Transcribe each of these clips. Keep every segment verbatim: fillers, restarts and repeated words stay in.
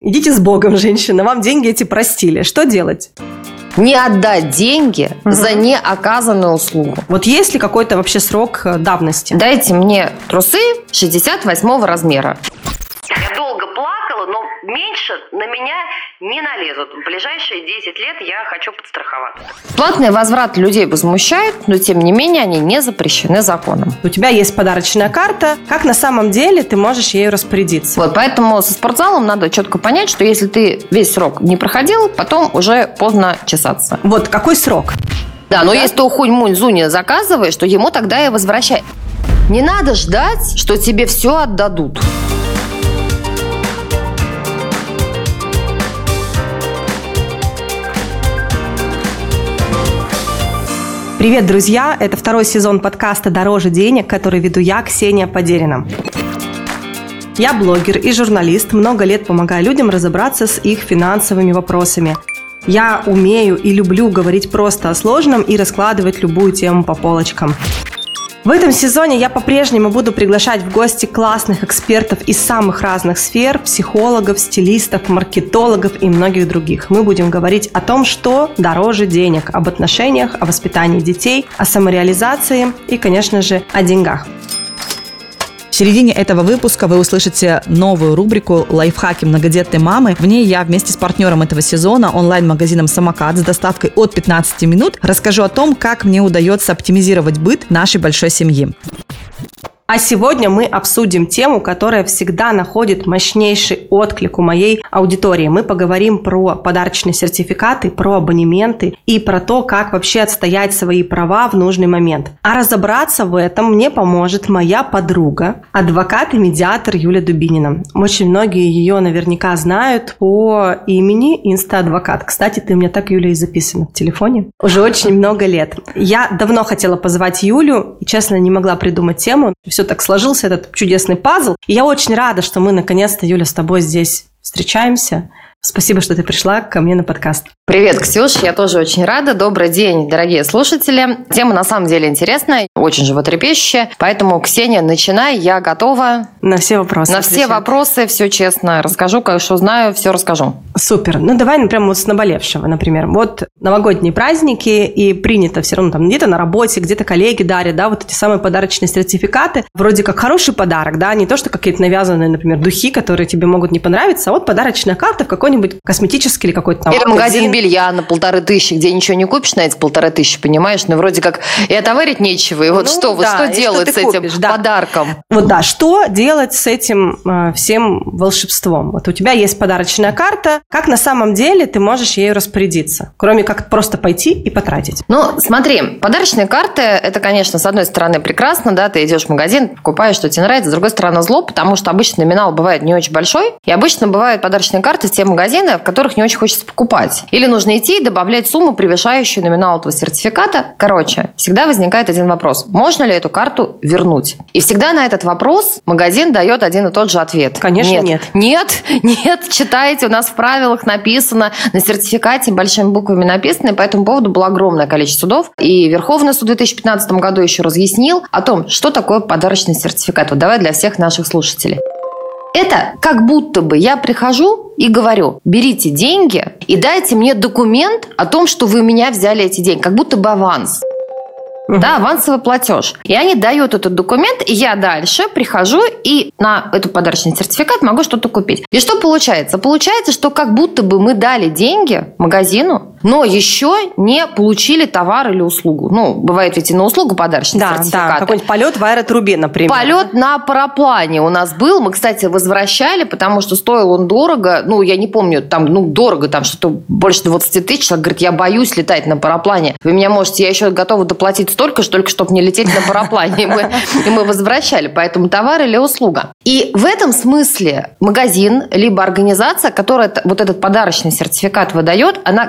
Идите с Богом, женщина, вам деньги эти простили. Что делать? Не отдать деньги угу. за неоказанную услугу. Вот есть ли какой-то вообще срок давности? Дайте мне трусы шестьдесят восьмого размера. Я долго плакала, но меньше на меня не налезут. В ближайшие десять лет я хочу подстраховаться. Платный возврат людей возмущает, но тем не менее они не запрещены законом. У тебя есть подарочная карта. Как на самом деле ты можешь ею распорядиться? Вот, поэтому со спортзалом надо четко понять, что если ты весь срок не проходил, потом уже поздно чесаться. Вот, какой срок? Да, но да? Если ты ухунь-мунь-зуня заказываешь, то ему тогда и возвращай. Не надо ждать, что тебе все отдадут. Привет, друзья! Это второй сезон подкаста «Дороже денег», который веду я, Ксения Подерина. Я блогер и журналист, много лет помогаю людям разобраться с их финансовыми вопросами. Я умею и люблю говорить просто о сложном и раскладывать любую тему по полочкам. В этом сезоне я по-прежнему буду приглашать в гости классных экспертов из самых разных сфер, психологов, стилистов, маркетологов и многих других. Мы будем говорить о том, что дороже денег, об отношениях, о воспитании детей, о самореализации и, конечно же, о деньгах. В середине этого выпуска вы услышите новую рубрику «Лайфхаки многодетной мамы». В ней я вместе с партнером этого сезона, онлайн-магазином «Самокат» с доставкой от пятнадцати минут, расскажу о том, как мне удается оптимизировать быт нашей большой семьи. А сегодня мы обсудим тему, которая всегда находит мощнейший отклик у моей аудитории. Мы поговорим про подарочные сертификаты, про абонементы и про то, как вообще отстоять свои права в нужный момент. А разобраться в этом мне поможет моя подруга, адвокат и медиатор Юля Дубинина. Очень многие ее наверняка знают по имени Инста-адвокат. Кстати, ты у меня так, Юля, и записана в телефоне. Уже очень много лет. Я давно хотела позвать Юлю и, честно, не могла придумать тему. Все так сложился этот чудесный пазл. И я очень рада, что мы наконец-то, Юля, с тобой здесь встречаемся. Спасибо, что ты пришла ко мне на подкаст. Привет, Ксюш, я тоже очень рада. Добрый день, дорогие слушатели. Тема на самом деле интересная, очень животрепещущая. Поэтому, Ксения, начинай, я готова. На все вопросы. На отвечать. все вопросы, все честно. Расскажу, что знаю, все расскажу. Супер. Ну, давай, например, вот с наболевшего, например. Вот новогодние праздники, и принято все равно там где-то на работе, где-то коллеги дарят, да, вот эти самые подарочные сертификаты. Вроде как хороший подарок, да, не то, что какие-то навязанные, например, духи, которые тебе могут не понравиться, а вот подарочная карта в какой-нибудь косметический или какой-то там или магазин белья на полторы тысячи, где ничего не купишь на эти полторы тысячи, понимаешь? Ну, вроде как и отоварить нечего. И вот ну, что, да, вот что делать что с этим купишь, да. подарком? Вот да, что делать с этим э, всем волшебством? Вот у тебя есть подарочная карта. Как на самом деле ты можешь ею распорядиться? Кроме как просто пойти и потратить. Ну, смотри, подарочные карты, это, конечно, с одной стороны прекрасно, да, ты идешь в магазин, покупаешь, что тебе нравится, с другой стороны зло, потому что обычно номинал бывает не очень большой, и обычно бывают подарочные карты в те магазины, в которых не очень хочется покупать. Или нужно идти и добавлять сумму, превышающую номинал этого сертификата. Короче, всегда возникает один вопрос. Можно ли эту карту вернуть? И всегда на этот вопрос магазин дает один и тот же ответ. Конечно, нет. Нет, нет, нет, читайте, у нас в правилах написано, на сертификате большими буквами написано, и по этому поводу было огромное количество судов. И Верховный суд в две тысячи пятнадцатом году еще разъяснил о том, что такое подарочный сертификат. Вот давай для всех наших слушателей. Это как будто бы я прихожу и говорю, берите деньги и дайте мне документ о том, что вы у меня взяли эти деньги, как будто бы аванс. Uh-huh. Да, авансовый платеж. И они дают этот документ, и я дальше прихожу и на этот подарочный сертификат могу что-то купить. И что получается? Получается, что как будто бы мы дали деньги магазину, но еще не получили товар или услугу. Ну, бывает ведь и на услугу подарочный да, сертификат. Да, какой-нибудь полет в аэротрубе, например. Полет на параплане у нас был. Мы, кстати, возвращали, потому что стоил он дорого. Ну, я не помню, там, ну, дорого, там что-то больше двадцать тысяч. Человек говорит, я боюсь летать на параплане. Вы меня можете, я еще готова доплатить столько же, только чтобы не лететь на параплане. И мы, и мы возвращали. Поэтому товар или услуга. И в этом смысле магазин, либо организация, которая вот этот подарочный сертификат выдает, она, конечно,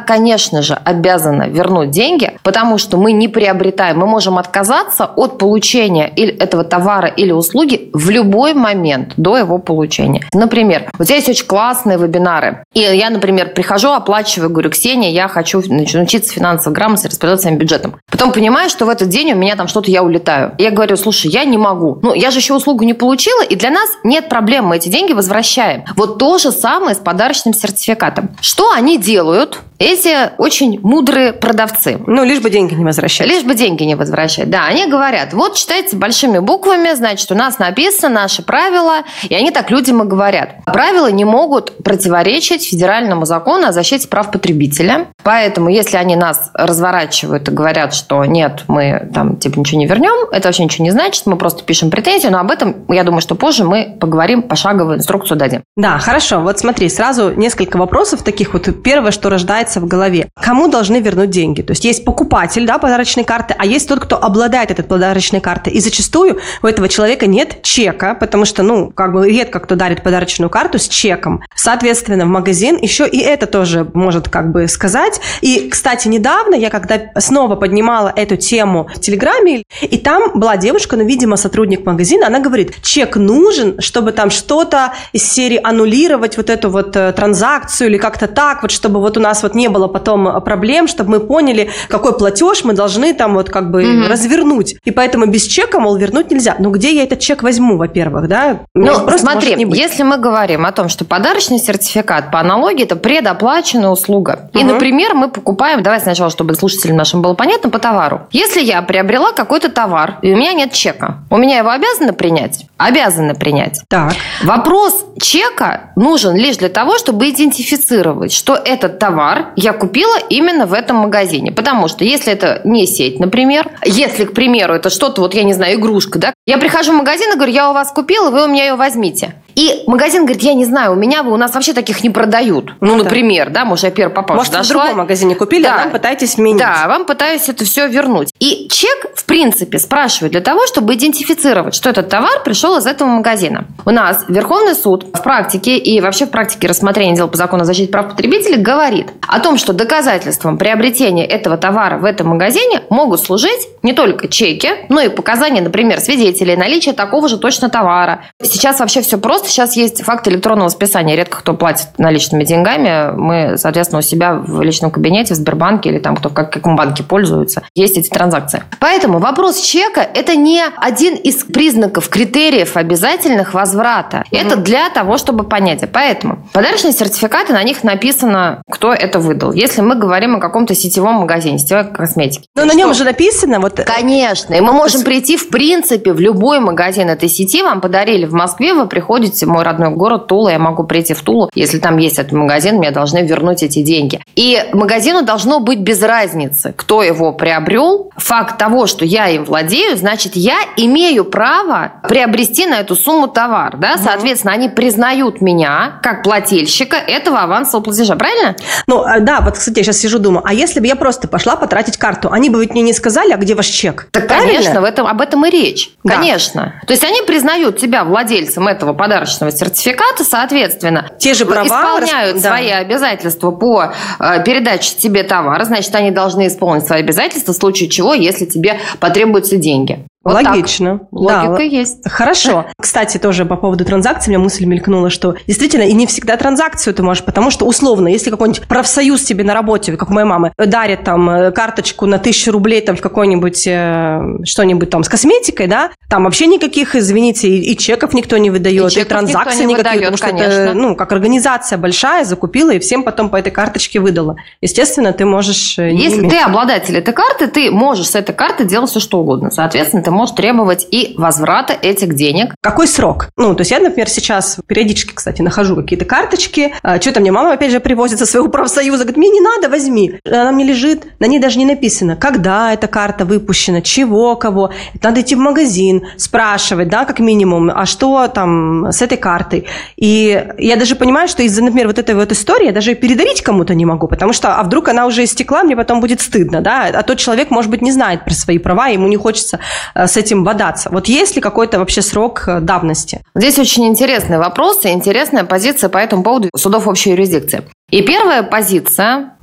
конечно же, обязана вернуть деньги, потому что мы не приобретаем, мы можем отказаться от получения или этого товара или услуги в любой момент до его получения. Например, вот здесь очень классные вебинары. И я, например, прихожу, оплачиваю, говорю: Ксения, я хочу научиться финансовой грамотности, распоряжаться своим бюджетом. Потом понимаю, что в этот день у меня там что-то, я улетаю. Я говорю: слушай, я не могу. Ну, я же еще услугу не получила, и для нас нет проблем, мы эти деньги возвращаем. Вот то же самое с подарочным сертификатом. Что они делают? Эти очень мудрые продавцы. Ну, лишь бы деньги не возвращать. Лишь бы деньги не возвращать. Да, они говорят: вот читайте большими буквами, значит, у нас написано наши правила, и они так людям и говорят. Правила не могут противоречить федеральному закону о защите прав потребителя. Поэтому, если они нас разворачивают и говорят, что нет, мы там типа ничего не вернем, это вообще ничего не значит, мы просто пишем претензию, но об этом, я думаю, что позже мы поговорим, пошаговую инструкцию дадим. Да, хорошо. Вот смотри, сразу несколько вопросов таких. Вот первое, что рождается в голове. Кому должны вернуть деньги? То есть есть покупатель, да, подарочной карты, а есть тот, кто обладает этой подарочной картой. И зачастую у этого человека нет чека, потому что, ну, как бы редко кто дарит подарочную карту с чеком. Соответственно, в магазин еще и это тоже может как бы сказать. И, кстати, недавно я когда снова поднимала эту тему в Телеграме, и там была девушка, ну, видимо, сотрудник магазина, она говорит: чек нужен, чтобы там что-то из серии аннулировать вот эту вот транзакцию или как-то так, вот чтобы вот у нас вот не было потом проблем, чтобы мы поняли, какой платеж мы должны там вот как бы mm-hmm. развернуть. И поэтому без чека, мол, вернуть нельзя. Ну, где я этот чек возьму, во-первых, да? Ну, просто смотри, если мы говорим о том, что подарочный сертификат по аналогии это предоплаченная услуга. Mm-hmm. И, например, мы покупаем, давай сначала, чтобы слушателям нашим было понятно, по товару. Если я приобрела какой-то товар, и у меня нет чека, у меня его обязаны принять? Обязаны принять. Так. Вопрос чека нужен лишь для того, чтобы идентифицировать, что этот товар я купила именно в этом магазине. Потому что если это не сеть, например, если, к примеру, это что-то, вот я не знаю, игрушка, да, я прихожу в магазин и говорю: я у вас купила, вы у меня ее возьмите. И магазин говорит: я не знаю, у меня вы, у нас вообще таких не продают. Ну, ну например, да, может, я первый попал. Может, в другом магазине купили, да. А вам пытаетесь сменить. Да, вам пытаюсь это все вернуть. И чек, в принципе, спрашивают для того, чтобы идентифицировать, что этот товар пришел из этого магазина. У нас Верховный суд в практике и вообще в практике рассмотрения дел по закону о защите прав потребителей говорит о том, что доказательством приобретения этого товара в этом магазине могут служить не только чеки, но и показания, например, свидетелей, наличие такого же точно товара. Сейчас вообще все просто. Сейчас есть факт электронного списания. Редко кто платит наличными деньгами. Мы, соответственно, у себя в личном кабинете, в Сбербанке или там кто в каком банке пользуется, есть эти транзакции. Поэтому вопрос чека – это не один из признаков, критериев обязательных возврата. Mm-hmm. Это для того, чтобы понять. Поэтому подарочные сертификаты, на них написано, кто это выдал. Если мы говорим о каком-то сетевом магазине, сетевой косметики. Но на нем уже написано. Вот... Конечно. И мы можем прийти, в принципе, в любой магазин этой сети. Вам подарили в Москве, вы приходите в мой родной город Тула, я могу прийти в Тулу. Если там есть этот магазин, мне должны вернуть эти деньги. И магазину должно быть без разницы, кто его приобрел. Факт того, что я им владею, значит, я имею право приобрести на эту сумму товар. Да? Соответственно, они признают меня как плательщика этого авансового платежа. Правильно? Ну, да, вот, кстати, я сейчас сижу, думаю, а если бы я просто пошла потратить карту, они бы ведь мне не сказали, а где ваш чек? Так, правильно? Конечно, в этом, об этом и речь. Да. Конечно. То есть они признают тебя владельцем этого подарочного сертификата, соответственно, те же права исполняют расп... свои да. обязательства по э, передаче тебе товара, значит, они должны исполнить свои обязательства в случае чего, если тебе потребуются деньги. Вот логично. Так. Логика да. есть. Хорошо. Кстати, тоже по поводу транзакций у меня мысль мелькнула, что действительно и не всегда транзакцию ты можешь, потому что условно, если какой-нибудь профсоюз тебе на работе, как у моей мамы, дарит там карточку на тысячу рублей там в какой-нибудь э, что-нибудь там с косметикой, да, там вообще никаких, извините, и, и чеков никто не выдает, и, и транзакций не никаких, выдает, потому что конечно. Это, ну, как организация большая закупила и всем потом по этой карточке выдала. Естественно, ты можешь... Если иметь. Ты обладатель этой карты, ты можешь с этой карты делать все, что угодно. Соответственно, ты можешь требовать и возврата этих денег. Какой срок? Ну, то есть я, например, сейчас периодически, кстати, нахожу какие-то карточки. Что-то мне мама, опять же, привозит со своего профсоюза. Говорит, мне не надо, возьми. Она мне лежит, на ней даже не написано, когда эта карта выпущена, чего, кого. Надо идти в магазин, спрашивать, да, как минимум, а что там с этой картой. И я даже понимаю, что из-за, например, вот этой вот истории я даже передарить кому-то не могу, потому что, а вдруг она уже истекла, мне потом будет стыдно, да, а тот человек, может быть, не знает про свои права, ему не хочется с этим бодаться. Вот есть ли какой-то вообще срок давности? Здесь очень интересный вопрос и интересная позиция по этому поводу судов общей юрисдикции. И первая позиция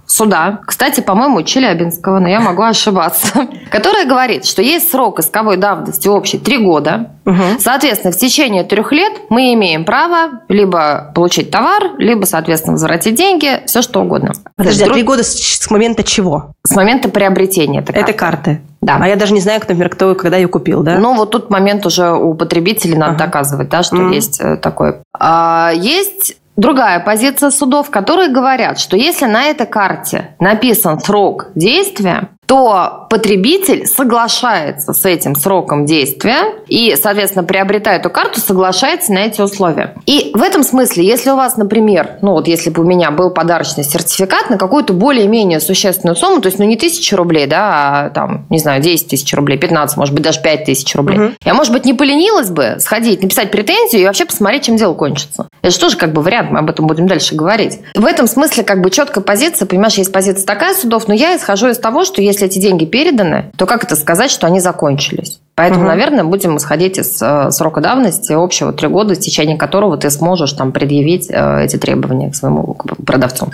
суда, кстати, по-моему, Челябинского, но я могу ошибаться, которая говорит, что есть срок исковой давности общий три года. Угу. Соответственно, в течение трех лет мы имеем право либо получить товар, либо, соответственно, возвратить деньги, все что угодно. Подожди, а три года с, с момента чего? С момента приобретения этой карты. Этой карты. Да. А я даже не знаю, например, кто когда ее купил, да? Ну, вот тут момент уже у потребителей надо ага. доказывать, да, что mm. есть такое. А, есть другая позиция судов, которые говорят, что если на этой карте написан срок действия, то потребитель соглашается с этим сроком действия и, соответственно, приобретая эту карту, соглашается на эти условия. И в этом смысле, если у вас, например, ну вот если бы у меня был подарочный сертификат на какую-то более-менее существенную сумму, то есть, ну, не тысяча рублей, да, а там, не знаю, десять тысяч рублей, пятнадцать, может быть, даже пять тысяч рублей. Угу. Я, может быть, не поленилась бы сходить, написать претензию и вообще посмотреть, чем дело кончится. Это же тоже как бы вариант, мы об этом будем дальше говорить. В этом смысле как бы четкая позиция, понимаешь, есть позиция такая судов, но я исхожу из того, что если эти деньги переданы, то как это сказать, что они закончились? Поэтому, угу. наверное, будем исходить из э, срока давности общего три года, в течение которого ты сможешь там предъявить э, эти требования к своему продавцу.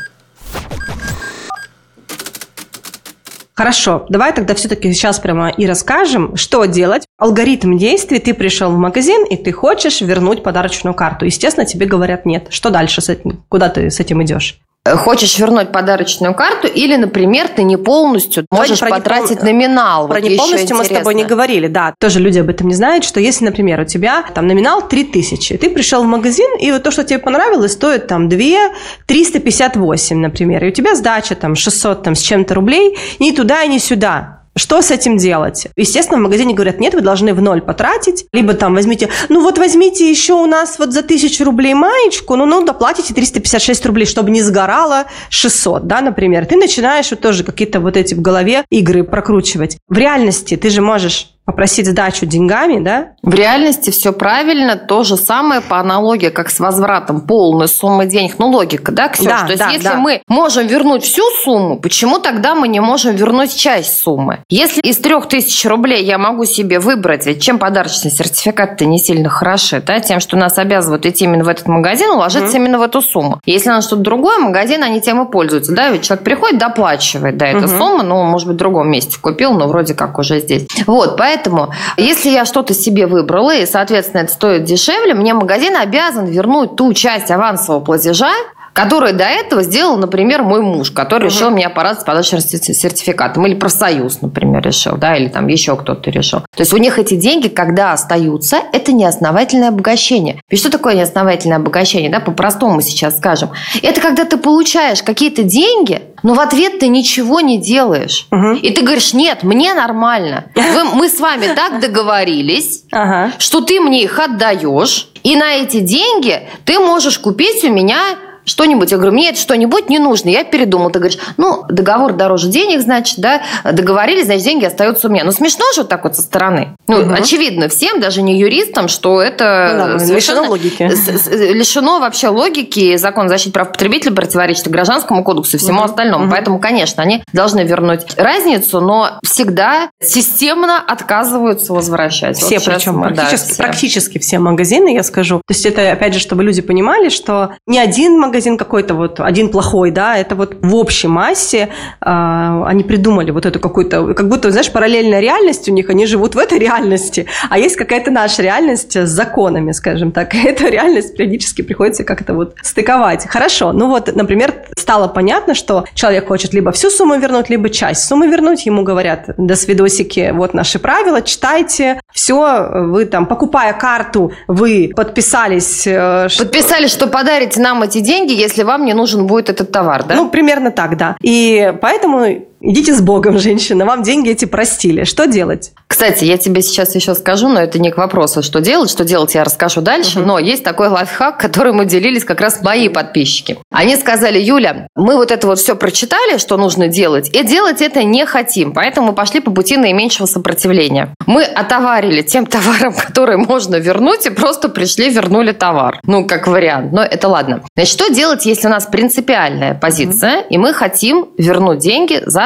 Хорошо, давай тогда все-таки сейчас прямо и расскажем, что делать. Алгоритм действий: ты пришел в магазин, и ты хочешь вернуть подарочную карту. Естественно, тебе говорят нет. Что дальше с этим? Куда ты с этим идешь? Хочешь вернуть подарочную карту или, например, ты не полностью можешь про потратить непол... номинал. Про вот не полностью мы с тобой не говорили, да. Тоже люди об этом не знают, что если, например, у тебя там номинал три тысячи, ты пришел в магазин, и вот то, что тебе понравилось, стоит там две тысячи триста пятьдесят восемь, например, и у тебя сдача там шестьсот там, с чем-то рублей, ни туда, ни сюда. Что с этим делать? Естественно, в магазине говорят, нет, вы должны в ноль потратить, либо там возьмите, ну вот возьмите еще у нас вот за тысячу рублей маечку, ну, ну доплатите триста пятьдесят шесть рублей, чтобы не сгорало шестьсот, да, например. Ты начинаешь вот тоже какие-то вот эти в голове игры прокручивать. В реальности ты же можешь попросить сдачу деньгами, да? В реальности все правильно, то же самое по аналогии, как с возвратом полной суммы денег. Ну, логика, да, Ксюш? Да, то есть, да, если да. мы можем вернуть всю сумму, почему тогда мы не можем вернуть часть суммы? Если из трех тысяч рублей я могу себе выбрать, ведь чем подарочный сертификат-то не сильно хороши, да, тем, что нас обязывают идти именно в этот магазин, уложиться mm-hmm. именно в эту сумму. Если на что-то другое, магазин, они тем и пользуются, да, ведь человек приходит, доплачивает, да, эту mm-hmm. сумму, ну, может быть, в другом месте купил, но вроде как уже здесь. Вот, поэтому Поэтому, если я что-то себе выбрала, и, соответственно, это стоит дешевле, мне магазин обязан вернуть ту часть авансового платежа, который до этого сделал, например, мой муж, который uh-huh. решил меня порадовать с подарочным сертификатом. Или профсоюз, например, решил, да, или там еще кто-то решил. То есть у них эти деньги, когда остаются, это неосновательное обогащение. Ведь что такое неосновательное обогащение? Да, по-простому сейчас скажем. Это когда ты получаешь какие-то деньги, но в ответ ты ничего не делаешь. Uh-huh. И ты говоришь, нет, мне нормально. Вы, мы с вами так договорились, uh-huh. что ты мне их отдаешь, и на эти деньги ты можешь купить у меня что-нибудь. Я говорю, мне это что-нибудь не нужно. Я передумала. Ты говоришь, ну, договор дороже денег, значит, да, договорились, значит, деньги остаются у меня. Ну, смешно же вот так вот со стороны. Ну, угу. очевидно всем, даже не юристам, что это ну, да, совершенно лишено логики. Лишено вообще логики. Закон о защите прав потребителя противоречит Гражданскому кодексу и всему угу. остальному. Угу. Поэтому, конечно, они должны вернуть разницу, но всегда системно отказываются возвращать. Все, вот причем мы, практически, да, все. практически все магазины, я скажу. То есть это, опять же, чтобы люди понимали, что ни один магазин магазин какой-то вот один плохой, да, это вот в общей массе э, они придумали вот эту какую-то, как будто, знаешь, параллельная реальность у них, они живут в этой реальности, а есть какая-то наша реальность с законами, скажем так, и эту реальность периодически приходится как-то вот стыковать. Хорошо, ну вот, например, стало понятно, что человек хочет либо всю сумму вернуть, либо часть суммы вернуть, ему говорят, до свидосики, вот наши правила, читайте, все, вы там, покупая карту, вы подписались... Э, Подписались, что подарите нам эти деньги, если вам не нужен будет этот товар, да? Ну, примерно так, да. И поэтому идите с Богом, женщина, вам деньги эти простили. Что делать? Кстати, я тебе сейчас еще скажу, но это не к вопросу, что делать. Что делать, я расскажу дальше. Uh-huh. Но есть такой лайфхак, который мы делились как раз мои подписчики. Они сказали, Юля, мы вот это вот все прочитали, что нужно делать, и делать это не хотим. Поэтому мы пошли по пути наименьшего сопротивления. Мы отоварили тем товаром, который можно вернуть, и просто пришли, вернули товар. Ну, как вариант. Но это ладно. Значит, что делать, если у нас принципиальная позиция, uh-huh. и мы хотим вернуть деньги за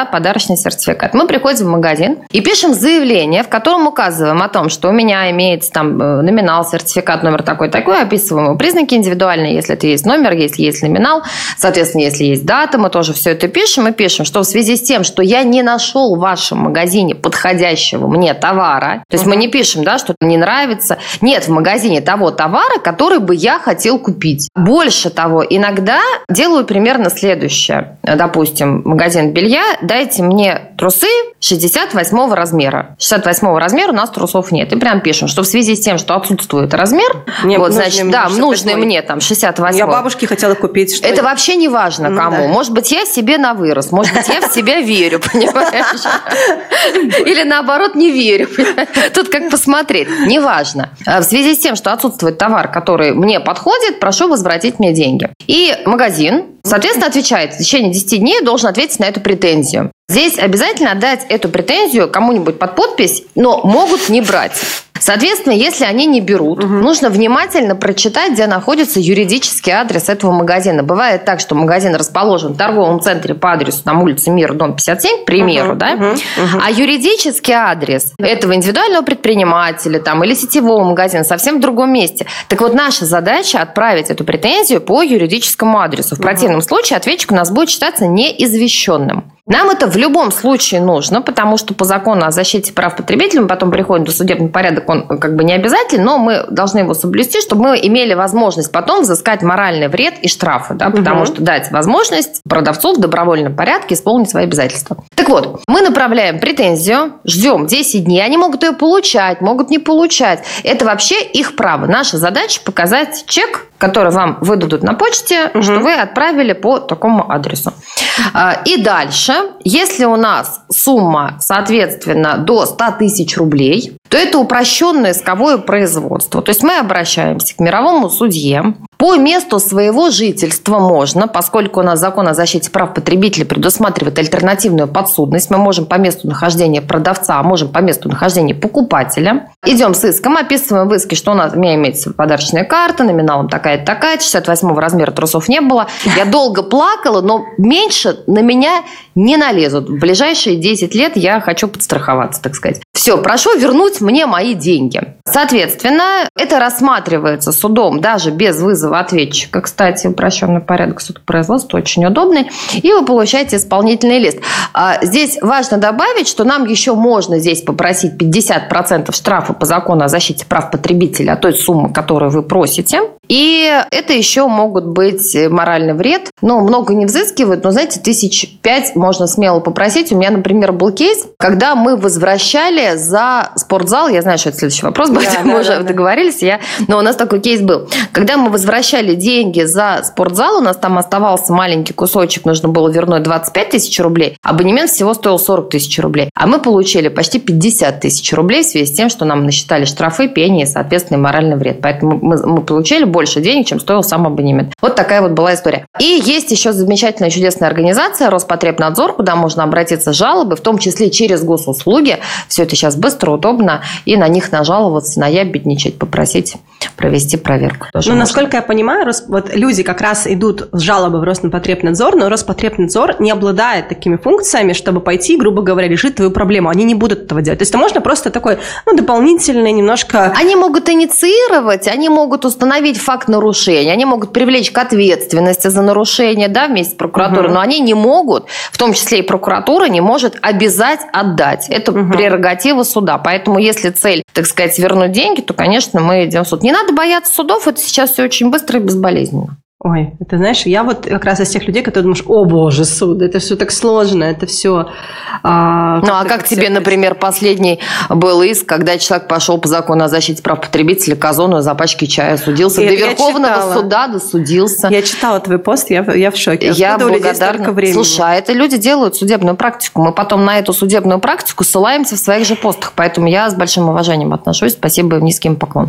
подарочный сертификат. Мы приходим в магазин и пишем заявление, в котором указываем о том, что у меня имеется там номинал, сертификат, номер такой-такой, описываем его признаки индивидуальные, если это есть номер, если есть номинал, соответственно, если есть дата, мы тоже все это пишем и пишем, что в связи с тем, что я не нашел в вашем магазине подходящего мне товара, то есть мы не пишем, да, что не нравится, нет в магазине того товара, который бы я хотел купить. Больше того, иногда делаю примерно следующее. Допустим, магазин белья, дайте мне трусы шестьдесят восьмого размера. шестьдесят восьмого размера у нас трусов нет. И прям пишем, что в связи с тем, что отсутствует размер, мне вот, значит, да, нужный мне там шестьдесят восьмой. Я бабушке хотела купить. Что это вообще не важно кому. Ну, да. Может быть, я себе на вырос, может быть, я в себя верю, понимаешь? Или наоборот, не верю. Тут как посмотреть. Неважно. В связи с тем, что отсутствует товар, который мне подходит, прошу возвратить мне деньги. И магазин, соответственно, отвечает, в течение десяти дней должен ответить на эту претензию. Здесь обязательно отдать эту претензию кому-нибудь под подпись, но могут не брать. Соответственно, если они не берут, угу. нужно внимательно прочитать, где находится юридический адрес этого магазина. Бывает так, что магазин расположен в торговом центре по адресу на улице Мира, дом пятьдесят семь, к примеру, угу. да? Угу. Угу. А юридический адрес этого индивидуального предпринимателя там, или сетевого магазина совсем в другом месте. Так вот, наша задача отправить эту претензию по юридическому адресу. В угу. противном случае ответчик у нас будет считаться неизвещенным. Нам это в любом случае нужно, потому что по закону о защите прав потребителя мы потом приходим до судебного порядка, он как бы не обязателен, но мы должны его соблюсти, чтобы мы имели возможность потом взыскать моральный вред и штрафы, да, потому угу. что дать возможность продавцу в добровольном порядке исполнить свои обязательства. Так вот, мы направляем претензию, ждем десять дней, они могут ее получать, могут не получать. Это вообще их право. Наша задача показать чек, который вам выдадут на почте, угу. что вы отправили по такому адресу. И дальше, если у нас сумма, соответственно, до ста тысяч рублей, то это упрощенное исковое производство. То есть мы обращаемся к мировому судье. По месту своего жительства можно, поскольку у нас закон о защите прав потребителей предусматривает альтернативную подсудность, мы можем по месту нахождения продавца, а можем по месту нахождения покупателя. Идем с иском, описываем в иске, что у нас у меня имеется подарочная карта, номиналом такая-то, такая-то, шестьдесят восьмого размера трусов не было. Я долго плакала, но меньше на меня не налезут. В ближайшие десять лет я хочу подстраховаться, так сказать. Все, прошу вернуть мне мои деньги. Соответственно, это рассматривается судом даже без вызова ответчика. Кстати, упрощенный порядок судопроизводства очень удобный. И вы получаете исполнительный лист. Здесь важно добавить, что нам еще можно здесь попросить пятьдесят процентов штрафа по закону о защите прав потребителя от той суммы, которую вы просите. И это еще могут быть моральный вред. Ну, много не взыскивают, но, знаете, тысяч пять можно смело попросить. У меня, например, был кейс, когда мы возвращали за спортзал. Я знаю, что это следующий вопрос будет. Да, мы да, уже да, договорились. Я... Но у нас такой кейс был. Когда мы возвращали деньги за спортзал, у нас там оставался маленький кусочек, нужно было вернуть двадцать пять тысяч рублей. Абонемент всего стоил сорок тысяч рублей. А мы получили почти пятьдесят тысяч рублей в связи с тем, что нам насчитали штрафы, пени и, соответственно, моральный вред. Поэтому мы, мы получили больше денег, чем стоил сам абонемент. Вот такая вот была история. И есть еще замечательная, чудесная организация Роспотребнадзор, куда можно обратиться с жалобой, в том числе через госуслуги. Все это сейчас быстро, удобно, и на них нажаловаться, наябедничать, попросить провести проверку. Тоже ну, можно. Насколько я понимаю, Рос... вот люди как раз идут с жалобой в Роспотребнадзор, но Роспотребнадзор не обладает такими функциями, чтобы пойти, грубо говоря, решить твою проблему. Они не будут этого делать. То есть это можно просто такой, ну, дополнительный немножко... Они могут инициировать, они могут установить факт нарушения, они могут привлечь к ответственности за нарушение, да, вместе с прокуратурой, угу. но они не могут, в том числе и прокуратура не может обязать отдать. Это угу. прерогатива суда. Поэтому если цель, так сказать, вернуть деньги, то, конечно, мы идем в суд. Не надо бояться судов, это сейчас все очень быстро и безболезненно. Ой, это знаешь, я вот как раз из тех людей, которые думаешь, о боже, суд, это все так сложно, это все... А, ну, а как тебе, все... например, последний был иск, когда человек пошел по закону о защите прав потребителей к Озону за пачки чая судился, до Верховного суда досудился. Я читала твой пост, я, я в шоке. Я благодарна. Слушай, а это люди делают судебную практику, мы потом на эту судебную практику ссылаемся в своих же постах, поэтому я с большим уважением отношусь, спасибо и низким поклоном.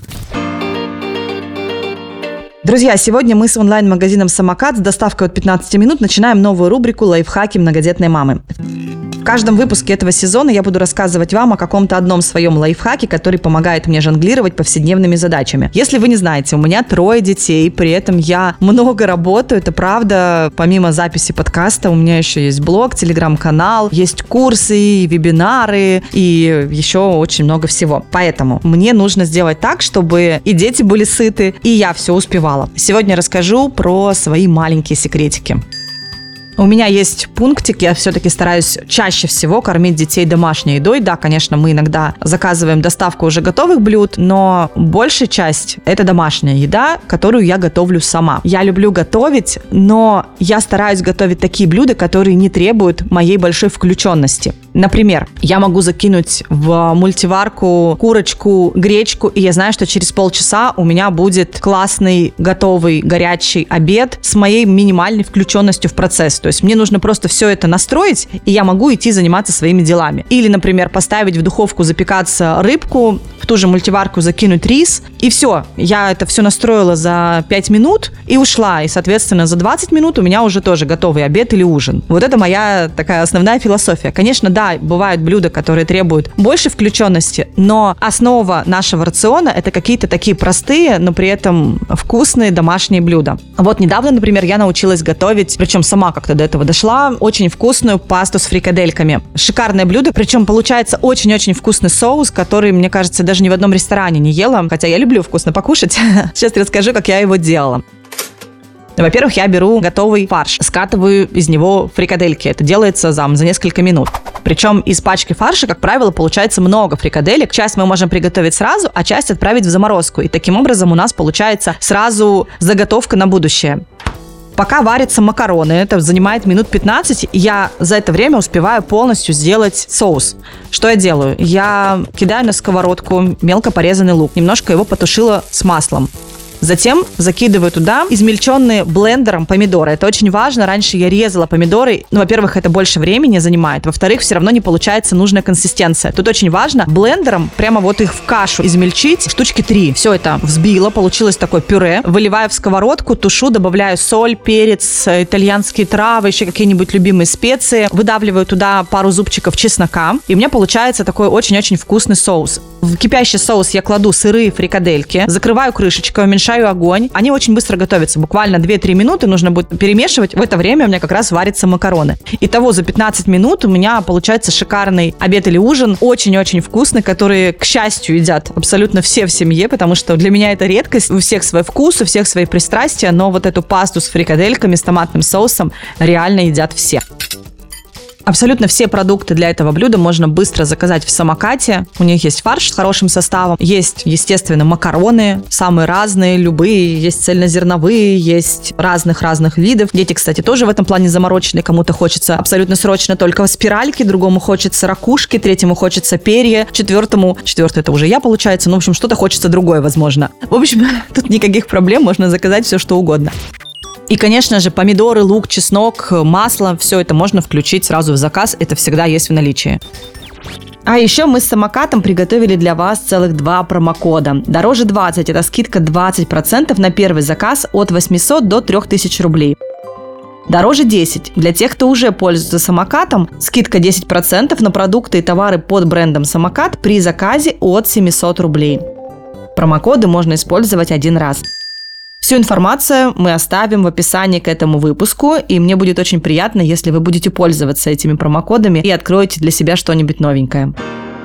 Друзья, сегодня мы с онлайн-магазином «Самокат» с доставкой от пятнадцати минут начинаем новую рубрику «Лайфхаки многодетной мамы». В каждом выпуске этого сезона я буду рассказывать вам о каком-то одном своем лайфхаке, который помогает мне жонглировать повседневными задачами. Если вы не знаете, у меня трое детей, при этом я много работаю, это правда. Помимо записи подкаста у меня еще есть блог, телеграм-канал, есть курсы, вебинары и еще очень много всего. Поэтому мне нужно сделать так, чтобы и дети были сыты, и я все успевала. Сегодня расскажу про свои маленькие секретики. У меня есть пунктик, я все-таки стараюсь чаще всего кормить детей домашней едой. Да, конечно, мы иногда заказываем доставку уже готовых блюд, но большая часть – это домашняя еда, которую я готовлю сама. Я люблю готовить, но я стараюсь готовить такие блюда, которые не требуют моей большой включенности. Например, я могу закинуть в мультиварку курочку, гречку, и я знаю, что через полчаса у меня будет классный, готовый, горячий обед с моей минимальной включенностью в процесс. То есть мне нужно просто все это настроить, и я могу идти заниматься своими делами. Или, например, поставить в духовку запекаться рыбку, в ту же мультиварку закинуть рис, и все. Я это все настроила за пять минут и ушла. И, соответственно, за двадцать минут у меня уже тоже готовый обед или ужин. Вот это моя такая основная философия. Конечно, да, бывают блюда, которые требуют больше включенности, но основа нашего рациона – это какие-то такие простые, но при этом вкусные домашние блюда. Вот недавно, например, я научилась готовить, причем сама как-то до этого дошла, очень вкусную пасту с фрикадельками. Шикарное блюдо, причем получается очень-очень вкусный соус, который, мне кажется, даже ни в одном ресторане не ела, хотя я люблю вкусно покушать. Сейчас расскажу, как я его делала. Во-первых, я беру готовый фарш, скатываю из него фрикадельки. Это делается за, за несколько минут. Причем из пачки фарша, как правило, получается много фрикаделек. Часть мы можем приготовить сразу, а часть отправить в заморозку. И таким образом у нас получается сразу заготовка на будущее. Пока варятся макароны, это занимает минут пятнадцать, я за это время успеваю полностью сделать соус. Что я делаю? Я кидаю на сковородку мелко порезанный лук, немножко его потушила с маслом. Затем закидываю туда измельченные блендером помидоры. Это очень важно. Раньше я резала помидоры. Ну, во-первых, это больше времени занимает. Во-вторых, все равно не получается нужная консистенция. Тут очень важно блендером прямо вот их в кашу измельчить. Штучки три. Все это взбила. Получилось такое пюре. Выливаю в сковородку, тушу, добавляю соль, перец, итальянские травы, еще какие-нибудь любимые специи. Выдавливаю туда пару зубчиков чеснока. И у меня получается такой очень-очень вкусный соус. В кипящий соус я кладу сырые фрикадельки. Закрываю крышечкой, уменьшаю огонь. Они очень быстро готовятся. Буквально две-три минуты нужно будет перемешивать. В это время у меня как раз варятся макароны. Итого за пятнадцать минут у меня получается шикарный обед или ужин. Очень-очень вкусный, который, к счастью, едят абсолютно все в семье, потому что для меня это редкость. У всех свой вкус, у всех свои пристрастия, но вот эту пасту с фрикадельками, с томатным соусом реально едят все. Абсолютно все продукты для этого блюда можно быстро заказать в самокате. У них есть фарш с хорошим составом, есть, естественно, макароны, самые разные, любые, есть цельнозерновые, есть разных-разных видов. Дети, кстати, тоже в этом плане замороченные. Кому-то хочется абсолютно срочно только спиральки, другому хочется ракушки, третьему хочется перья, четвертому, четвертое это уже я, получается, ну, в общем, что-то хочется другое, возможно. В общем, тут никаких проблем, можно заказать все, что угодно. И, конечно же, помидоры, лук, чеснок, масло, все это можно включить сразу в заказ, это всегда есть в наличии. А еще мы с самокатом приготовили для вас целых два промокода. Дороже двадцать – это скидка двадцать процентов на первый заказ от восемьсот до три тысячи рублей. Дороже десять. Для тех, кто уже пользуется самокатом, скидка десять процентов на продукты и товары под брендом «Самокат» при заказе от семьсот рублей. Промокоды можно использовать один раз. Всю информацию мы оставим в описании к этому выпуску, и мне будет очень приятно, если вы будете пользоваться этими промокодами и откроете для себя что-нибудь новенькое.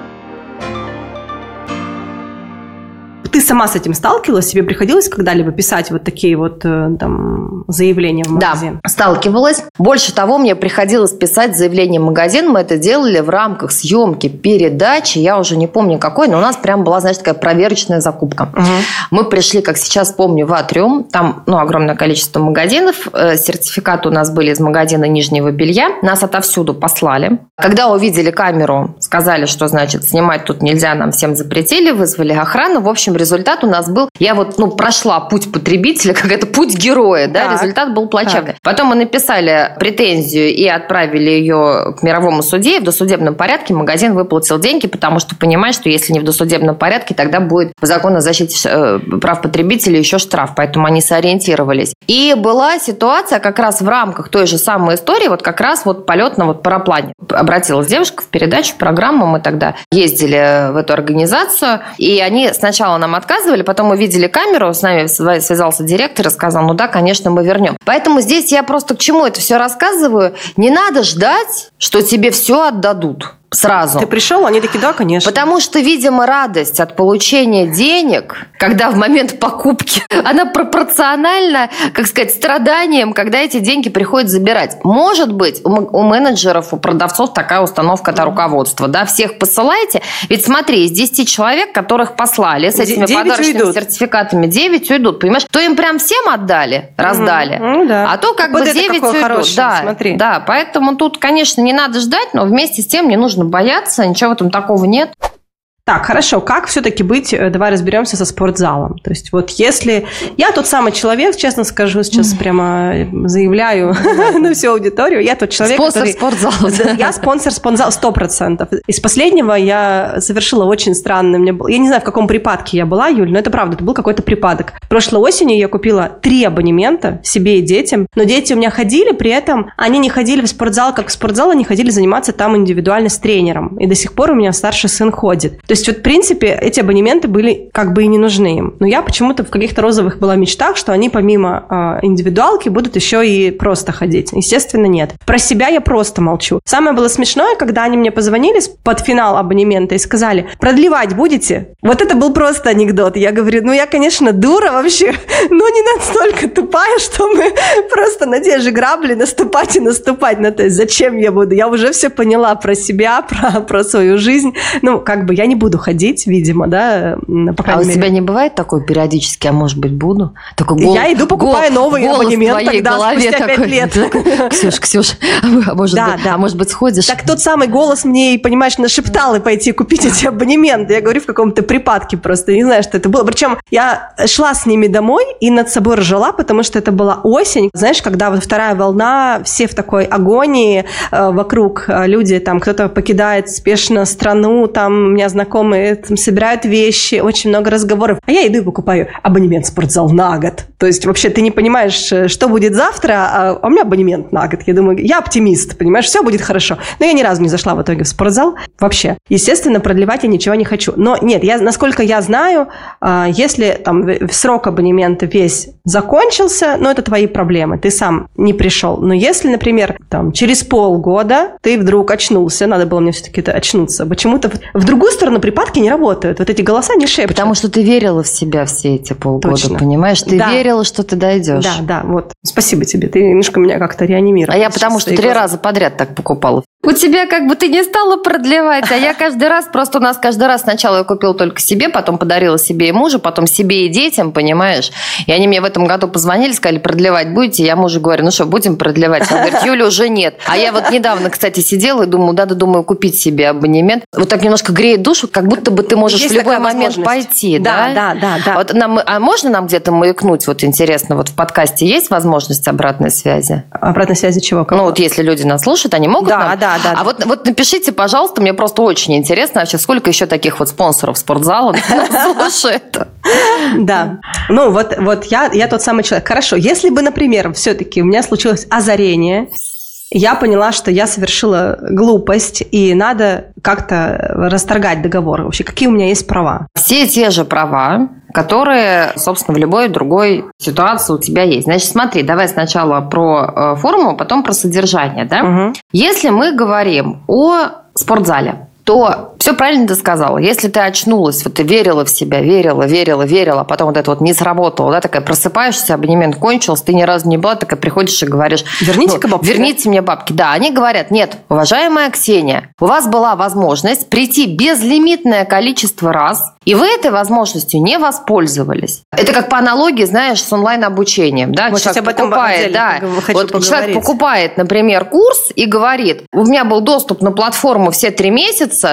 Ты сама с этим сталкивалась? Тебе приходилось когда-либо писать вот такие вот там заявления в магазин? Да, сталкивалась. Больше того, мне приходилось писать заявление в магазин. Мы это делали в рамках съемки передачи. Я уже не помню какой, но у нас прям была, знаешь, такая проверочная закупка. Угу. Мы пришли, как сейчас помню, в Атриум. Там ну, огромное количество магазинов. Сертификаты у нас были из магазина нижнего белья. Нас отовсюду послали. Когда увидели камеру, сказали, что, значит, снимать тут нельзя, нам всем запретили, вызвали охрану. В общем, результат у нас был, я вот, ну, прошла путь потребителя, как это путь героя, да, так, результат был плачевный. Так. Потом мы написали претензию и отправили ее к мировому суде, и в досудебном порядке магазин выплатил деньги, потому что понимает, что если не в досудебном порядке, тогда будет по закону о защите прав потребителей еще штраф, поэтому они сориентировались. И была ситуация как раз в рамках той же самой истории, вот как раз вот полет на вот параплане. Обратилась девушка в передачу, в программу, мы тогда ездили в эту организацию, и они сначала нам отказывали, потом увидели камеру, с нами связался директор и сказал, ну да, конечно, мы вернем. Поэтому здесь я просто к чему это все рассказываю? Не надо ждать, что тебе все отдадут сразу. Ты пришел, они такие, да, конечно. Потому что, видимо, радость от получения денег, когда в момент покупки, она пропорциональна, как сказать, страданиям, когда эти деньги приходят забирать. Может быть, у менеджеров, у продавцов такая установка от руководства, да, всех посылайте. Ведь смотри, из десяти человек, которых послали с этими подарочными уйдут. сертификатами, девять уйдут, понимаешь? То им прям всем отдали, раздали. Mm-hmm. Да. А то как вот бы девять уйдут. Хороший, да, смотри. да, поэтому тут, конечно, не надо ждать, но вместе с тем не нужно бояться, ничего в этом такого нет. Так, хорошо, как все-таки быть, давай разберемся со спортзалом. То есть вот если... Я тот самый человек, честно скажу, сейчас прямо заявляю на всю аудиторию, я тот человек, спонсор который... спортзала. Я спонсор спортзала сто процентов. Из последнего я совершила очень странный... Мне был... Я не знаю, в каком припадке я была, Юль, но это правда, это был какой-то припадок. Прошлой осенью я купила три абонемента себе и детям, но дети у меня ходили, при этом они не ходили в спортзал, как в спортзал, они ходили заниматься там индивидуально с тренером. И до сих пор у меня старший сын ходит. То есть вот, в принципе, эти абонементы были как бы и не нужны им. Но я почему-то в каких-то розовых была мечтах, что они помимо э, индивидуалки будут еще и просто ходить. Естественно, нет. Про себя я просто молчу. Самое было смешное, когда они мне позвонили под финал абонемента и сказали, продлевать будете? Вот это был просто анекдот. Я говорю, ну я, конечно, дура вообще, но не настолько тупая, что мы просто на те же грабли наступать и наступать. Ну, то есть зачем я буду? Я уже все поняла про себя, про, про свою жизнь. Ну, как бы я не буду ходить, видимо, да, по крайней а мере. у тебя не бывает такой периодически, а может быть буду? Такой гол, я иду, покупаю гол, новый абонемент тогда, спустя такой, пять лет. Да, Ксюш, Ксюш, а может, да, быть, да. а может быть сходишь? Так тот самый голос мне, и, понимаешь, нашептал и пойти купить эти абонементы. Я говорю в каком-то припадке просто, не знаю, что это было. Причем я шла с ними домой и над собой ржала, потому что это была осень. Знаешь, когда вот вторая волна, все в такой агонии э, вокруг, э, люди там, кто-то покидает спешно страну, там у меня знакомые там, собирают вещи, очень много разговоров. А я иду и покупаю абонемент в спортзал на год. То есть вообще ты не понимаешь, что будет завтра, а у меня абонемент на год. Я думаю, я оптимист, понимаешь, все будет хорошо. Но я ни разу не зашла в итоге в спортзал вообще. Естественно, продлевать я ничего не хочу. Но нет, я, насколько я знаю, если там срок абонемента весь закончился, ну это твои проблемы, ты сам не пришел. Но если, например, там через полгода ты вдруг очнулся, надо было мне все-таки очнуться, почему-то в другую сторону припадки не работают. Вот эти голоса не шепчут. Потому что ты верила в себя все эти полгода, Точно. Понимаешь? Ты да. верила, что ты дойдешь. Да, да, вот. Спасибо тебе. Ты немножко меня как-то реанимировала. А я потому что три глаза. раза подряд так покупала. У тебя как бы ты не стала продлевать, а я каждый раз, просто у нас каждый раз сначала я купила только себе, потом подарила себе и мужу, потом себе и детям, понимаешь? И они мне в этом году позвонили, сказали, продлевать будете? Я мужу говорю, ну что, будем продлевать? Он говорит, Юля, уже нет. А я вот недавно, кстати, сидела и думаю, надо, думаю, купить себе абонемент. Вот так немножко греет душу, как будто бы ты можешь Есть в любой момент пойти, да? Да, да, да. да. Вот нам, а можно нам где-то маякнуть, вот интересно, вот в подкасте есть возможность обратной связи? Обратной связи чего? Как? Ну вот если люди нас слушают, они могут да, нам... Да, да, А да. вот, вот напишите, пожалуйста, мне просто очень интересно вообще, сколько еще таких вот спонсоров спортзала слушает. Да. Ну, вот, вот я, я тот самый человек. Хорошо, если бы, например, все-таки у меня случилось озарение, я поняла, что я совершила глупость, и надо как-то расторгать договор. Вообще, какие у меня есть права? Все те же права, которые, собственно, в любой другой ситуации у тебя есть. Значит, смотри, давай сначала про форму, потом про содержание. Да? Угу. Если мы говорим о спортзале, то все правильно ты сказала. Если ты очнулась, вот ты верила в себя, верила, верила, верила, а потом вот это вот не сработало, да, такая просыпаешься, абонемент кончился, ты ни разу не была, такая приходишь и говоришь... Верните ну, бабки. Верните мне бабки. Да, они говорят, нет, уважаемая Ксения, у вас была возможность прийти безлимитное количество раз, и вы этой возможностью не воспользовались. Это как по аналогии, знаешь, с онлайн-обучением. Да? Вот человек об этом покупает, да, вот человек покупает, например, курс и говорит, у меня был доступ на платформу все три месяца, значит,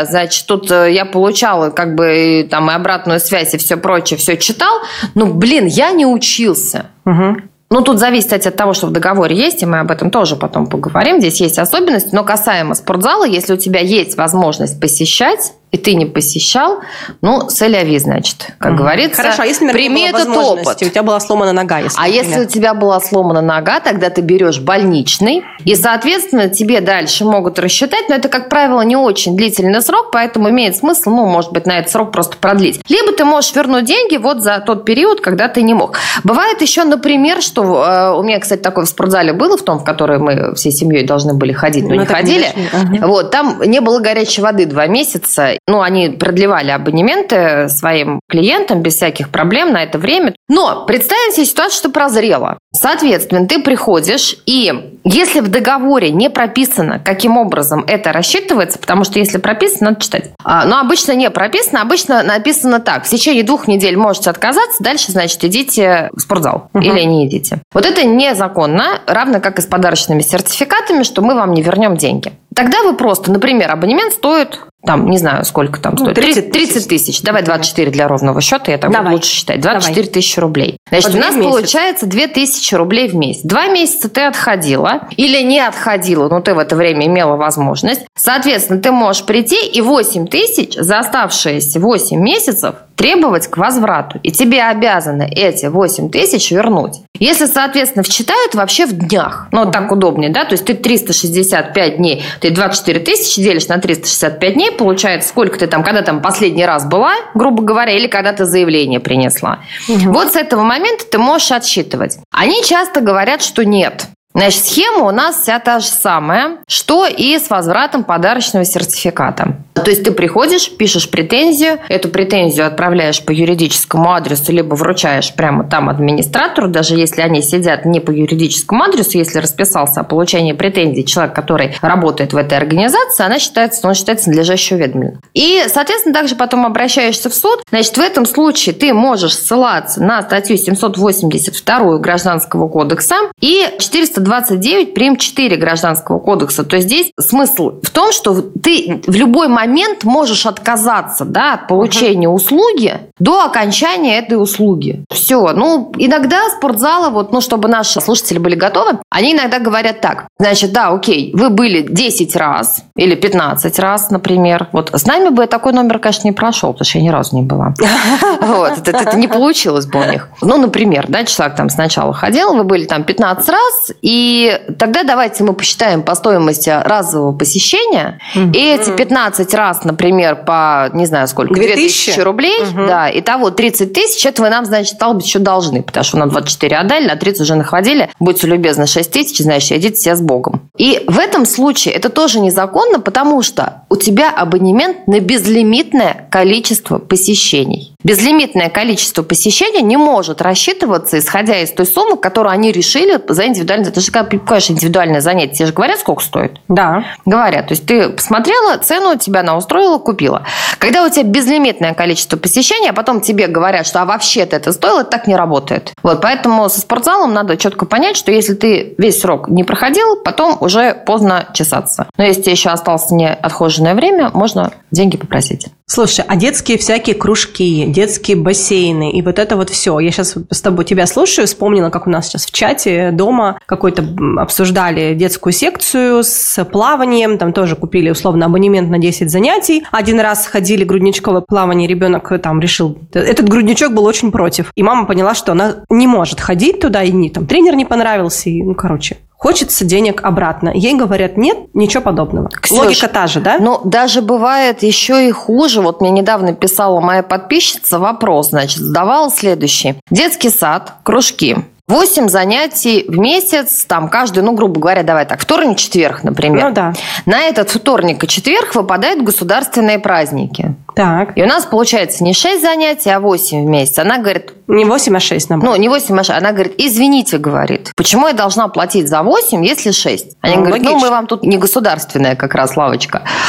значит, тут я получала как бы там и обратную связь, и все прочее, все читал. Ну, блин, я не учился. Угу. Ну, тут зависит, кстати, от того, что в договоре есть, и мы об этом тоже потом поговорим. Здесь есть особенности, но касаемо спортзала, если у тебя есть возможность посещать, и ты не посещал, ну, сэля-ви, значит, как угу. говорится. Хорошо, а если, например, прими этот опыт. У тебя была сломана нога, если, А например. если у тебя была сломана нога, тогда ты берешь больничный, и, соответственно, тебе дальше могут рассчитать, но это, как правило, не очень длительный срок, поэтому имеет смысл, ну, может быть, на этот срок просто продлить. Либо ты можешь вернуть деньги вот за тот период, когда ты не мог. Бывает еще, например, что э, у меня, кстати, такое в спортзале было, в том, в который мы всей семьей должны были ходить, но ну, не ходили. Не ага. Вот, там не было горячей воды два месяца. Ну, они продлевали абонементы своим клиентам без всяких проблем на это время. Но представим себе ситуацию, что прозрела. Соответственно, ты приходишь, и если в договоре не прописано, каким образом это рассчитывается, потому что если прописано, надо читать. А, но обычно не прописано, обычно написано так. В течение двух недель можете отказаться, дальше, значит, идите в спортзал uh-huh. или не идите. Вот это незаконно, равно как и с подарочными сертификатами, что мы вам не вернем деньги. Тогда вы просто, например, абонемент стоит, там, не знаю, сколько там стоит, тридцать тысяч. Давай двадцать четыре для ровного счета, я так буду лучше считать. двадцать четыре тысячи рублей. Значит, у нас получается две тысячи рублей в месяц. Два месяца ты отходила или не отходила, но ты в это время имела возможность. Соответственно, ты можешь прийти и восемь тысяч за оставшиеся восемь месяцев требовать к возврату. И тебе обязаны эти восемь тысяч вернуть. Если, соответственно, вчитают вообще в днях, ну, так удобнее, да, то есть ты триста шестьдесят пять дней, ты двадцать четыре тысячи делишь на триста шестьдесят пять дней, получается, сколько ты там, когда там последний раз была, грубо говоря, или когда ты заявление принесла. Угу. Вот с этого момента ты можешь отсчитывать. Они часто говорят, что нет. Значит, схема у нас вся та же самая, что и с возвратом подарочного сертификата. То есть ты приходишь, пишешь претензию, эту претензию отправляешь по юридическому адресу, либо вручаешь прямо там администратору, даже если они сидят не по юридическому адресу, если расписался о получении претензий человек, который работает в этой организации, она считается, он считается надлежаще уведомлен. И, соответственно, также потом обращаешься в суд. Значит, в этом случае ты можешь ссылаться на статью семьсот восемьдесят два Гражданского кодекса и четыреста двадцать девять прим. четыре Гражданского кодекса. То есть здесь смысл в том, что ты в любой момент можешь отказаться, да, от получения uh-huh. услуги до окончания этой услуги. Все. Ну, иногда спортзалы, вот, ну, чтобы наши слушатели были готовы, они иногда говорят так. Значит, да, окей, вы были десять раз или пятнадцать раз, например. Вот с нами бы такой номер, конечно, не прошел, потому что я ни разу не была. Вот, это не получилось бы у них. Ну, например, да, человек там сначала ходил, вы были там пятнадцать раз, и тогда давайте мы посчитаем по стоимости разового посещения, и эти пятнадцать раз, например, по, не знаю сколько, две тысячи рублей, угу. да, итого тридцать тысяч, это вы нам, значит, стало быть, еще должны, потому что на двадцать четыре отдали, на тридцать уже находили, будьте любезны, шесть тысяч, значит, идите все с Богом. И в этом случае это тоже незаконно, потому что у тебя абонемент на безлимитное количество посещений. Безлимитное количество посещений не может рассчитываться, исходя из той суммы, которую они решили за индивидуальное. Это же, конечно, индивидуальное занятие. Тебе же говорят, сколько стоит? Да. Говорят. То есть ты посмотрела, цену тебя она устроила, купила. Когда у тебя безлимитное количество посещений, а потом тебе говорят, что а вообще-то это стоило, это так не работает. Вот, поэтому со спортзалом надо четко понять, что если ты весь срок не проходил, потом уже поздно чесаться. Но если тебе еще осталось неотхоженное время, можно деньги попросить. Слушай, а детские всякие кружки, детские бассейны и вот это вот все. Я сейчас с тобой тебя слушаю, вспомнила, как у нас сейчас в чате дома какой-то обсуждали детскую секцию с плаванием, там тоже купили условно абонемент на десять занятий. Один раз ходили грудничковое плавание, ребенок там решил, этот грудничок был очень против. И мама поняла, что она не может ходить туда, и не, там тренер не понравился, и, ну, короче... Хочется денег обратно. Ей говорят, нет, ничего подобного. Ксюш, логика та же, да? Ну, даже бывает еще и хуже. Вот мне недавно писала моя подписчица вопрос, значит, задавала следующий. Детский сад, кружки. Восемь занятий в месяц, там каждый, ну, грубо говоря, давай так, вторник, четверг, например. Ну, да. На этот вторник и четверг выпадают государственные праздники. Так. И у нас получается не шесть занятий, а восемь в месяц. Она говорит... Не восемь, а шесть. Ну, не восемь, а шесть. Она говорит, извините, говорит, почему я должна платить за восемь, если шесть? Они ну, говорят, логично. Ну, мы вам тут не государственная как раз лавочка.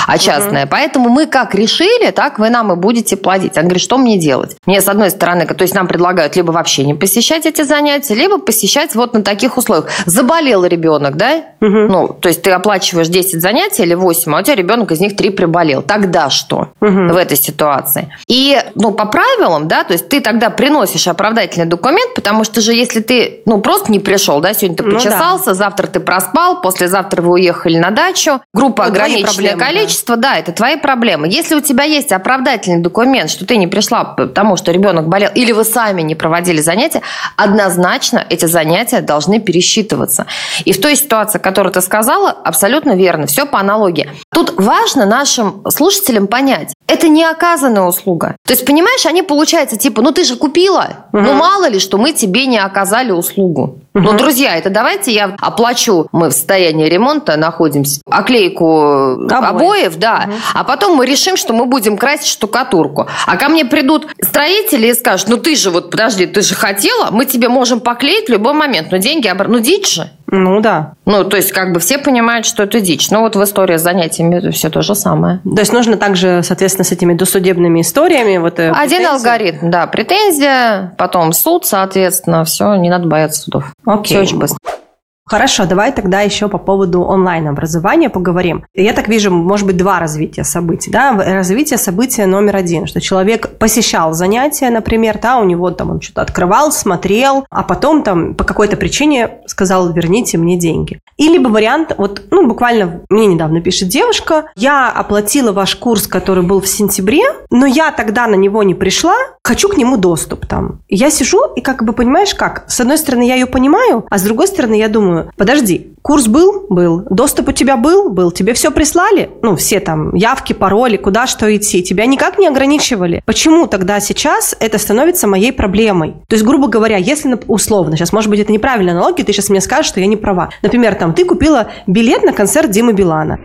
а частное. Угу. Поэтому мы как решили, так вы нам и будете платить. Он говорит, что мне делать? Мне, с одной стороны, то есть нам предлагают либо вообще не посещать эти занятия, либо посещать вот на таких условиях. Заболел ребенок, да? Угу. Ну, то есть ты оплачиваешь десять занятий или восемь, а у тебя ребенок из них три приболел. Тогда что угу. в этой ситуации? И, ну, по правилам, да, то есть ты тогда приносишь оправдательный документ, потому что же если ты, ну, просто не пришел, да, сегодня ты почесался, ну, да. завтра ты проспал, послезавтра вы уехали на дачу, группа ну, ограниченное количество, да. да, это твои проблемы. Если у тебя есть оправдательный документ, что ты не пришла потому, что ребенок болел, или вы сами не проводили занятия, однозначно эти занятия должны пересчитываться. И в той ситуации, которую ты сказала, абсолютно верно, все по аналогии. Тут важно нашим слушателям понять, это не оказанная услуга. То есть, понимаешь, они, получается, типа, ну ты же купила, угу. ну мало ли, что мы тебе не оказали услугу. Угу. Ну, друзья, это давайте я оплачу, мы в состоянии ремонта находимся, оклейку обоев, обоев да, угу. а потом мы решим, что мы будем красить штукатурку. А ко мне придут строители и скажут, ну ты же вот, подожди, ты же хотела, мы тебе можем поклеить в любой момент, но деньги обратно, ну дичь же. Ну да. Ну, то есть, как бы все понимают, что это дичь. Но вот в истории с занятиями все то же самое. То есть, нужно также, соответственно, с этими досудебными историями... Вот, Один претензия. Алгоритм, да. Претензия, потом суд, соответственно, все, не надо бояться судов. Окей. Все очень быстро. Хорошо, давай тогда еще по поводу онлайн-образования поговорим. Я так вижу, может быть, два развития событий. Да? Развитие события номер один, что человек посещал занятия, например, да, у него там он что-то открывал, смотрел, а потом там по какой-то причине сказал, верните мне деньги. И либо вариант, вот, ну, буквально мне недавно пишет девушка, я оплатила ваш курс, который был в сентябре, но я тогда на него не пришла, хочу к нему доступ там. И я сижу и как бы, понимаешь, как? С одной стороны, я ее понимаю, а с другой стороны, я думаю, подожди, курс был? Был. Доступ у тебя был? Был. Тебе все прислали? Ну, все там явки, пароли, куда что идти. Тебя никак не ограничивали. Почему тогда сейчас это становится моей проблемой? То есть, грубо говоря, если условно, сейчас, может быть, это неправильная аналогия, ты сейчас мне скажешь, что я не права. Например, там, ты купила билет на концерт Димы Билана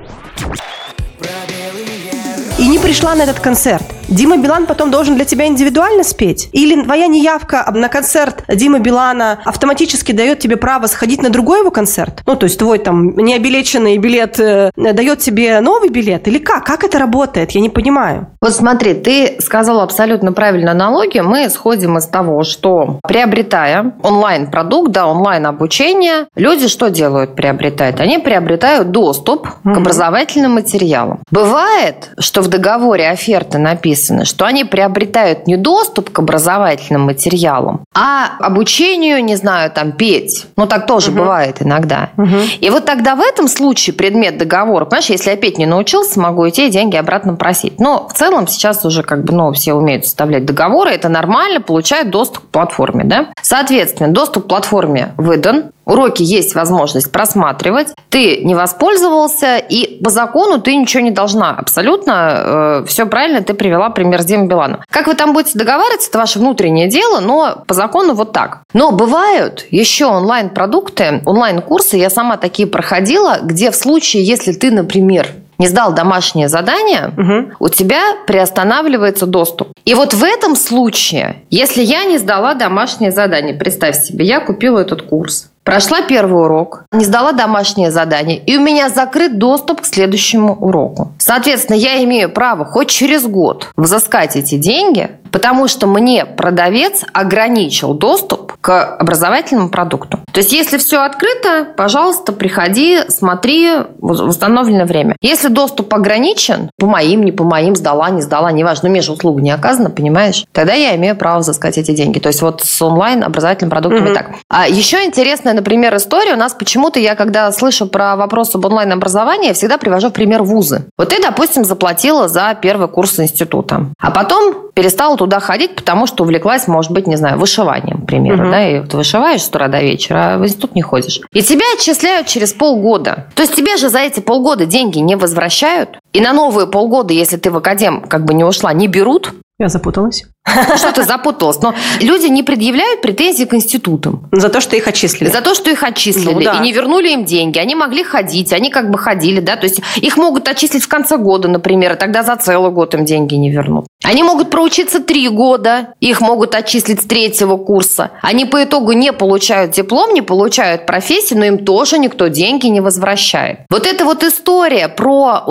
и не пришла на этот концерт. Дима Билан потом должен для тебя индивидуально спеть? Или твоя неявка на концерт Димы Билана автоматически дает тебе право сходить на другой его концерт? Ну, то есть твой там необелеченный билет э, дает тебе новый билет? Или как? Как это работает? Я не понимаю. Вот смотри, ты сказала абсолютно правильную аналогию. Мы исходим из того, что приобретая онлайн-продукт, да, онлайн-обучение, люди что делают, приобретают? Они приобретают доступ mm-hmm. к образовательным материалам. Бывает, что в договоре оферты написано, что они приобретают не доступ к образовательным материалам, а обучению, не знаю, там, петь. Ну, так тоже угу. бывает иногда. Угу. И вот тогда в этом случае предмет договора, понимаешь, если я петь не научился, могу идти и деньги обратно просить. Но в целом сейчас уже как бы, ну, все умеют составлять договоры, это нормально, получают доступ к платформе, да? Соответственно, доступ к платформе выдан, уроки есть возможность просматривать, ты не воспользовался, и по закону ты ничего не должна. Абсолютно э, все правильно, ты привела пример с Димой Биланом. Как вы там будете договариваться, это ваше внутреннее дело, но по закону вот так. Но бывают еще онлайн-продукты, онлайн-курсы, я сама такие проходила, где в случае, если ты, например, не сдал домашнее задание, угу. у тебя приостанавливается доступ. И вот в этом случае, если я не сдала домашнее задание, представь себе, я купила этот курс, прошла первый урок, не сдала домашнее задание, и у меня закрыт доступ к следующему уроку. Соответственно, я имею право хоть через год взыскать эти деньги, потому что мне продавец ограничил доступ к образовательному продукту. То есть, если все открыто, пожалуйста, приходи, смотри в установленное время. Если доступ ограничен, по моим, не по моим, сдала, не сдала, неважно, но мне же услуга не оказана, понимаешь? Тогда я имею право взыскать эти деньги. То есть, вот с онлайн-образовательными продуктами mm-hmm. так. А еще интересная, например, история. У нас почему-то, я когда слышу про вопрос об онлайн-образовании, я всегда привожу в пример вузы. Вот ты, допустим, заплатила за первый курс института, а потом перестала туда ходить, потому что увлеклась, может быть, не знаю, вышиванием, к примеру, uh-huh. да, и вот вышиваешь с утра до вечера, а в институт не ходишь. И тебя отчисляют через полгода. То есть тебе же за эти полгода деньги не возвращают, и на новые полгода, если ты в академ как бы не ушла, не берут. Я запуталась. Что ты запуталась? Но люди не предъявляют претензий к институтам. За то, что их отчислили. За то, что их отчислили. Ну, да. И не вернули им деньги. Они могли ходить, они как бы ходили, да, то есть их могут отчислить в конце года, например, и тогда за целый год им деньги не вернут. Они могут проучиться три года, их могут отчислить с третьего курса. Они по итогу не получают диплом, не получают профессию, но им тоже никто деньги не возвращает. Вот эта вот история про онлайн-образование,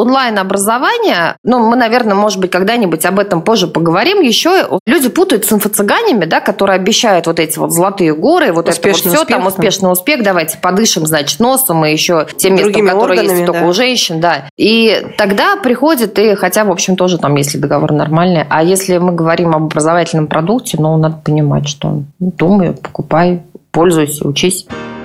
ценообразования, ну, мы, наверное, может быть, когда-нибудь об этом позже поговорим. Еще люди путают с инфо-цыганями, да, которые обещают вот эти вот золотые горы, вот успешный это вот все, успех, там успешный успех, давайте подышим, значит, носом и еще тем местом, которые есть только да. у женщин, да. И тогда приходит, и хотя, в общем, тоже там, если договор нормальный, а если мы говорим об образовательном продукте, ну, надо понимать, что думай, покупай, пользуйся, учись.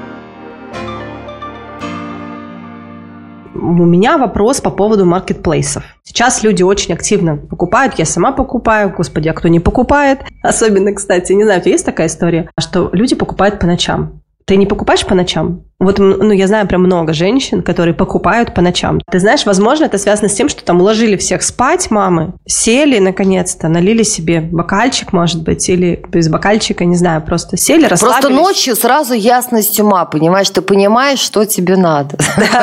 У меня вопрос по поводу маркетплейсов. Сейчас люди очень активно покупают, я сама покупаю, господи, а кто не покупает? Особенно, кстати, не знаю, у тебя есть такая история, что люди покупают по ночам. Ты не покупаешь по ночам? Вот, ну, я знаю прям много женщин, которые покупают по ночам. Ты знаешь, возможно, это связано с тем, что там уложили всех спать мамы, сели наконец-то, налили себе бокальчик, может быть, или без бокальчика, не знаю, просто сели, расслабились. Просто ночью сразу ясность ума, понимаешь, ты понимаешь, что тебе надо.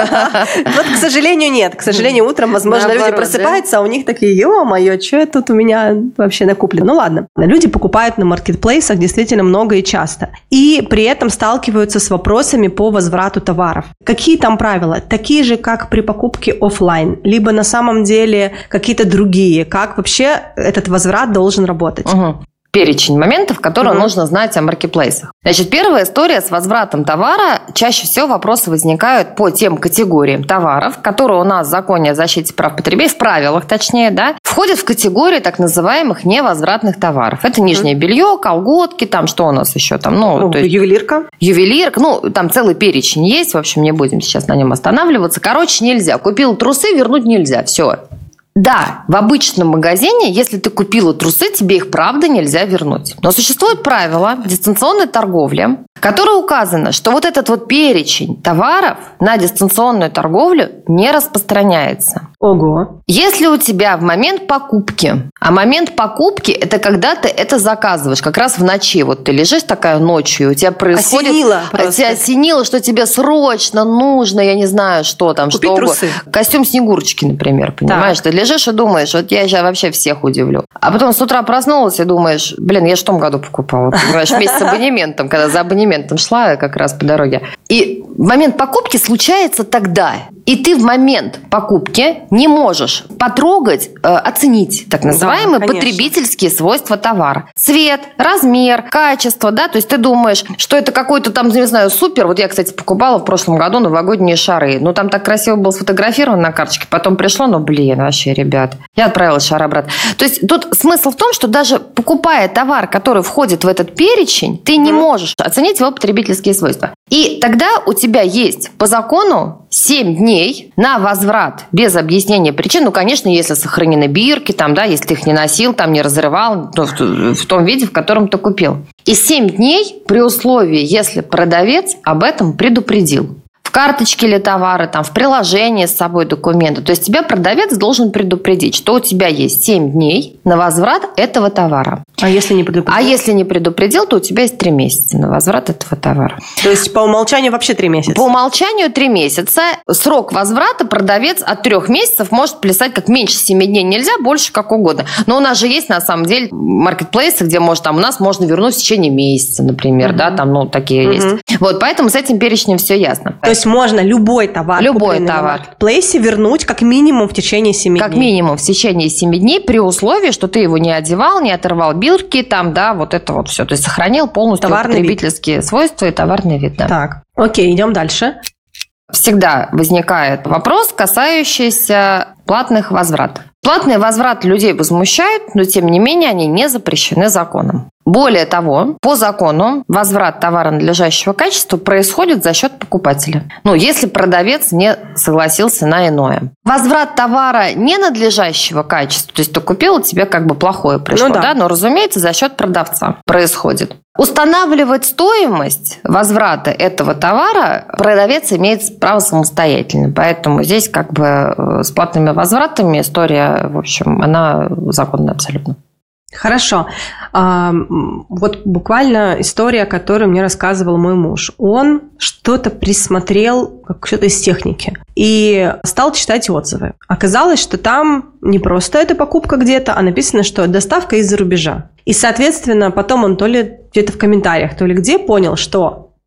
Вот, к сожалению, нет. К сожалению, утром, возможно, люди просыпаются, а у них такие, ё-моё, что это тут у меня вообще накуплено? Ну ладно. Люди покупают на маркетплейсах действительно много и часто. И при этом сталкиваются с вопросами по возврату товаров. Какие там правила? Такие же, как при покупке офлайн, либо на самом деле какие-то другие? Как вообще этот возврат должен работать? Угу. Перечень моментов, которые mm-hmm. нужно знать о маркетплейсах. Значит, первая история с возвратом товара. Чаще всего вопросы возникают по тем категориям товаров, которые у нас в законе о защите прав потребителей, в правилах точнее, да, входят в категорию так называемых невозвратных товаров. Это нижнее mm-hmm. белье, колготки, там что у нас еще там, ну, ну то есть, ювелирка. Ювелирка, ну, там целый перечень есть, в общем, не будем сейчас на нем останавливаться. Короче, нельзя. Купил трусы, вернуть нельзя. Все. Да, в обычном магазине, если ты купила трусы, тебе их правда нельзя вернуть. Но существует правило дистанционной торговли, в которое указано, что вот этот вот перечень товаров на дистанционную торговлю не распространяется. Ого. Если у тебя в момент покупки, а момент покупки – это когда ты это заказываешь, как раз в ночи, вот ты лежишь такая ночью, у тебя происходит… Осенило просто. Тебя осенило, что тебе срочно нужно, я не знаю, что там, купить что трусы. Костюм Снегурочки, например, понимаешь? Так. Ты лежишь и думаешь, вот я сейчас вообще всех удивлю. А потом с утра проснулась и думаешь, блин, я же в том году покупала, понимаешь, вместе с абонементом, когда за абонементом шла как раз по дороге. И момент покупки случается тогда. И ты в момент покупки не можешь потрогать, э, оценить так называемые да, потребительские свойства товара. Цвет, размер, качество, да, то есть ты думаешь, что это какой-то там, не знаю, супер. Вот я, кстати, покупала в прошлом году новогодние шары. Ну, там так красиво было сфотографировано на карточке, потом пришло, ну, блин, вообще, ребят. Я отправила шар обратно. То есть тут смысл в том, что даже покупая товар, который входит в этот перечень, ты не можешь оценить его потребительские свойства. И тогда у тебя есть по закону семь дней на возврат без объяснения причин. Ну, конечно, если сохранены бирки, там, да, если ты их не носил, там, не разрывал, ну, в, в том виде, в котором ты купил. И семь дней при условии, если продавец об этом предупредил. В карточке или товары, там, в приложении с собой документы. То есть тебя продавец должен предупредить, что у тебя есть семь дней на возврат этого товара. А если не предупредил? А если не предупредил, то у тебя есть три месяца на возврат этого товара. То есть по умолчанию вообще три месяца? По умолчанию три месяца. Срок возврата продавец от трех месяцев может плясать как меньше семи дней нельзя, больше как угодно. Но у нас же есть на самом деле маркетплейсы, где может, там, у нас можно вернуть в течение месяца, например. Uh-huh. Да, там, ну, такие uh-huh. есть. Вот, поэтому с этим перечнем все ясно. То есть можно любой товар, любой товар на маркетплейсе, вернуть как минимум в течение семи как дней. Как минимум в течение семи дней при условии, что ты его не одевал, не оторвал бирки, там, да, вот это вот все. То есть сохранил полностью товарный потребительские вид. Свойства и товарный вид. Да. Так, окей, идем дальше. Всегда возникает вопрос, касающийся платных возвратов. Платные возвраты людей возмущают, но тем не менее они не запрещены законом. Более того, по закону возврат товара надлежащего качества происходит за счет покупателя. Ну, если продавец не согласился на иное. Возврат товара ненадлежащего качества, то есть ты купил, у тебя как бы плохое пришло, ну, да. Да, но, разумеется, за счет продавца происходит. Устанавливать стоимость возврата этого товара продавец имеет право самостоятельно. Поэтому здесь как бы с платными возвратами история, в общем, она законная абсолютно. Хорошо. А, вот буквально история, которую мне рассказывал мой муж. Он что-то присмотрел, как что-то из техники, и стал читать отзывы. Оказалось, что там не просто эта покупка где-то, а написано, что доставка из-за рубежа. И, соответственно, потом он то ли где-то в комментариях, то ли где понял, что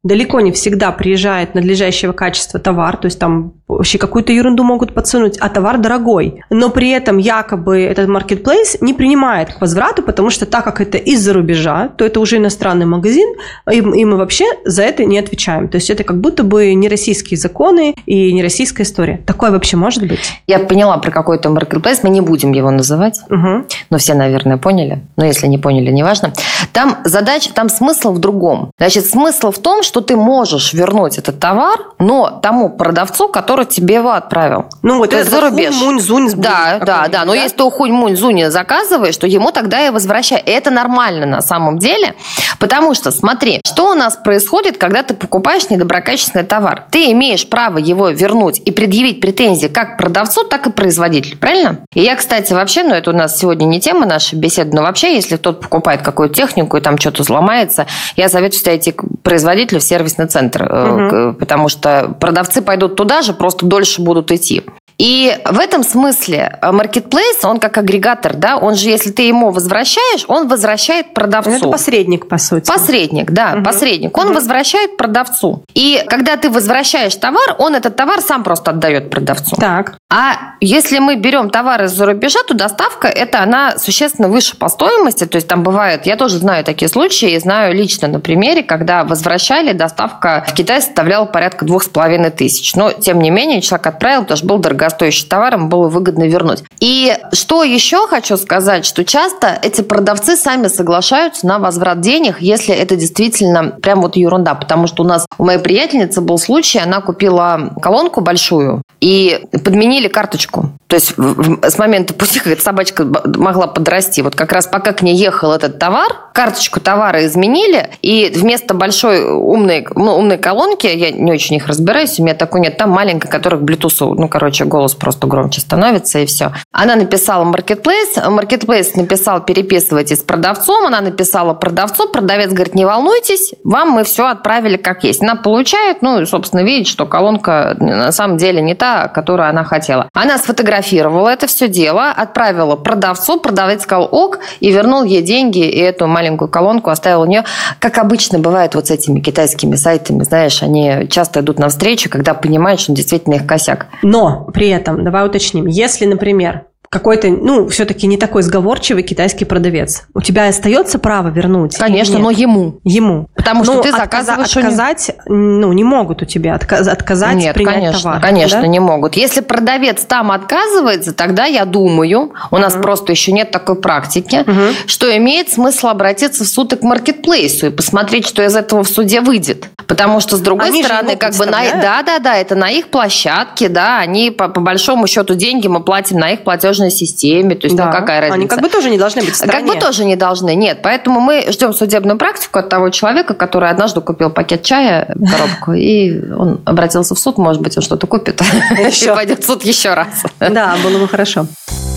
далеко не всегда приезжает надлежащего качества товар, то есть там вообще какую-то ерунду могут подсунуть, а товар дорогой. Но при этом якобы этот маркетплейс не принимает к возврату, потому что так как это из-за рубежа, то это уже иностранный магазин, и, и мы вообще за это не отвечаем. То есть это как будто бы не российские законы и не российская история. Такое вообще может быть? Я поняла про какой-то маркетплейс, мы не будем его называть, угу. но все, наверное, поняли. Но если не поняли, неважно. Там задача, там смысл в другом. Значит, смысл в том, что ты можешь вернуть этот товар, но тому продавцу, который тебе его отправил. Ну вот то это за рубеж. Хунь-Мунь-Зунь. Да, да, да. Но да? Если ты у Хунь-Мунь-Зуни заказываешь, то ему тогда и возвращай. Это нормально на самом деле, потому что, смотри, что у нас происходит, когда ты покупаешь недоброкачественный товар. Ты имеешь право его вернуть и предъявить претензии как продавцу, так и производителю, правильно? И я, кстати, вообще, ну это у нас сегодня не тема нашей беседы, но вообще, если кто-то покупает какую-то технику и там что-то сломается, я советую всегда идти к производителю в сервисный центр, угу. потому что продавцы пойдут туда же, просто дольше будут идти. И в этом смысле маркетплейс, он как агрегатор, да, он же, если ты ему возвращаешь, он возвращает продавцу. Это посредник, по сути. Посредник, да, угу. посредник. Он угу. возвращает продавцу. И когда ты возвращаешь товар, он этот товар сам просто отдает продавцу. Так. А если мы берем товар из-за рубежа, то доставка, это она существенно выше по стоимости. То есть там бывает, я тоже знаю такие случаи, и знаю лично на примере, когда возвращали, доставка в Китай составляла порядка двух с половиной тысяч. Но, тем не менее, человек отправил, потому что был дорогостоящий товар, им было выгодно вернуть. И что еще хочу сказать, что часто эти продавцы сами соглашаются на возврат денег, если это действительно прям вот ерунда. Потому что у нас у моей приятельницы был случай, она купила колонку большую и подменили карточку. То есть с момента пути, как эта собачка могла подрасти, вот как раз пока к ней ехал этот товар, карточку товара изменили, и вместо большой умной, ну, умной колонки, я не очень в них разбираюсь, у меня такой нет, там маленькая, которая к Bluetooth, ну, короче, голос просто громче становится, и все. Она написала маркетплейс, маркетплейс написал переписывайтесь с продавцом, она написала продавцу, продавец говорит, не волнуйтесь, вам мы все отправили как есть. Она получает, ну, и, собственно, видит, что колонка на самом деле не та, которую она хотела. Она сфотографировала это все дело, отправила продавцу, продавец сказал ок, и вернул ей деньги, и эту маленькую колонку оставил у нее. Как обычно бывает вот с этими китайскими сайтами, знаешь, они часто идут навстречу, когда понимают, что действительно их косяк. Но при этом, давай уточним, если, например, какой-то, ну, все-таки не такой сговорчивый китайский продавец, у тебя остается право вернуть? Конечно, но ему. Ему. Потому что но ты заказываешь... Отказать, ну, не могут у тебя отказ, отказать Нет, принять конечно, товар. конечно, да? не могут. Если продавец там отказывается, тогда я думаю, у нас uh-huh. просто еще нет такой практики, uh-huh. что имеет смысл обратиться в суд и к маркетплейсу и посмотреть, что из этого в суде выйдет. Потому что, с другой они стороны, как бы на... Да, да, да, это на их площадке, да, они по, по большому счету деньги мы платим на их платежной системе, то есть, да. ну, какая разница? Они как бы тоже не должны быть в стороне. Как бы тоже не должны, нет. Поэтому мы ждем судебную практику от того человека, который однажды купил пакет чая, коробку, и он обратился в суд, может быть, он что-то купит, и пойдет в суд еще раз. Да, было бы хорошо.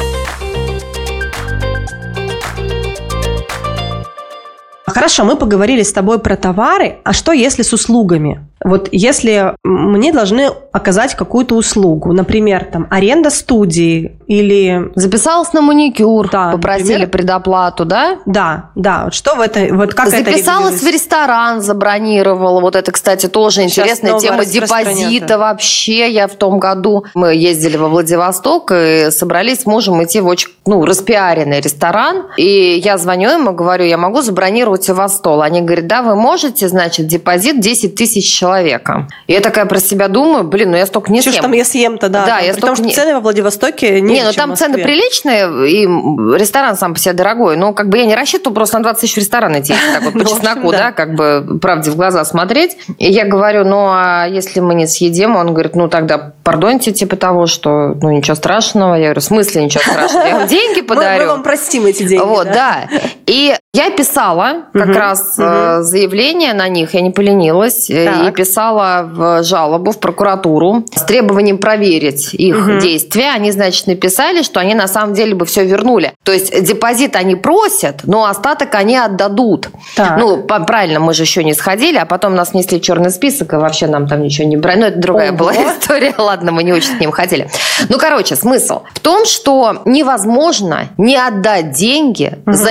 Хорошо, мы поговорили с тобой про товары, а что если с услугами? Вот если мне должны оказать какую-то услугу, например, там аренда студии или... Записалась на маникюр, да, попросили например, предоплату, да? Да, да. Вот что в это... Вот как Записалась это в ресторан, забронировала. Вот это, кстати, тоже сейчас интересная тема депозита вообще. Я в том году... Мы ездили во Владивосток и собрались с мужем идти в очень ну, распиаренный ресторан. И я звоню ему, говорю, я могу забронировать у вас стол? Они говорят, да, вы можете, значит, депозит десять тысяч человек. Человека. И я такая про себя думаю, блин, ну я столько не съем. Что ж там я съем-то, да. Да, я Потому что не... цены во Владивостоке не Не, ну там цены приличные, и ресторан сам по себе дорогой. Но как бы я не рассчитывала просто на двадцать тысяч в ресторан идти, так вот по чесноку, да, как бы правде в глаза смотреть. И я говорю, ну а если мы не съедим? Он говорит, ну тогда пардоньте, типа того, что ну ничего страшного. Я говорю, в смысле ничего страшного? Я вам деньги подарю. Мы вам простим эти деньги. Вот, да. И я писала как раз заявление на них, я не поленилась, и писала в жалобу в прокуратуру с требованием проверить их угу. действия. Они, значит, написали, что они на самом деле бы все вернули. То есть депозит они просят, но остаток они отдадут. Так. Ну, правильно, мы же еще не сходили, а потом нас внесли в черный список, и вообще нам там ничего не брали. Ну, это другая Ого. была история. Ладно, мы не очень с ним ходили. Ну, короче, смысл в том, что невозможно не отдать деньги угу. за неоказание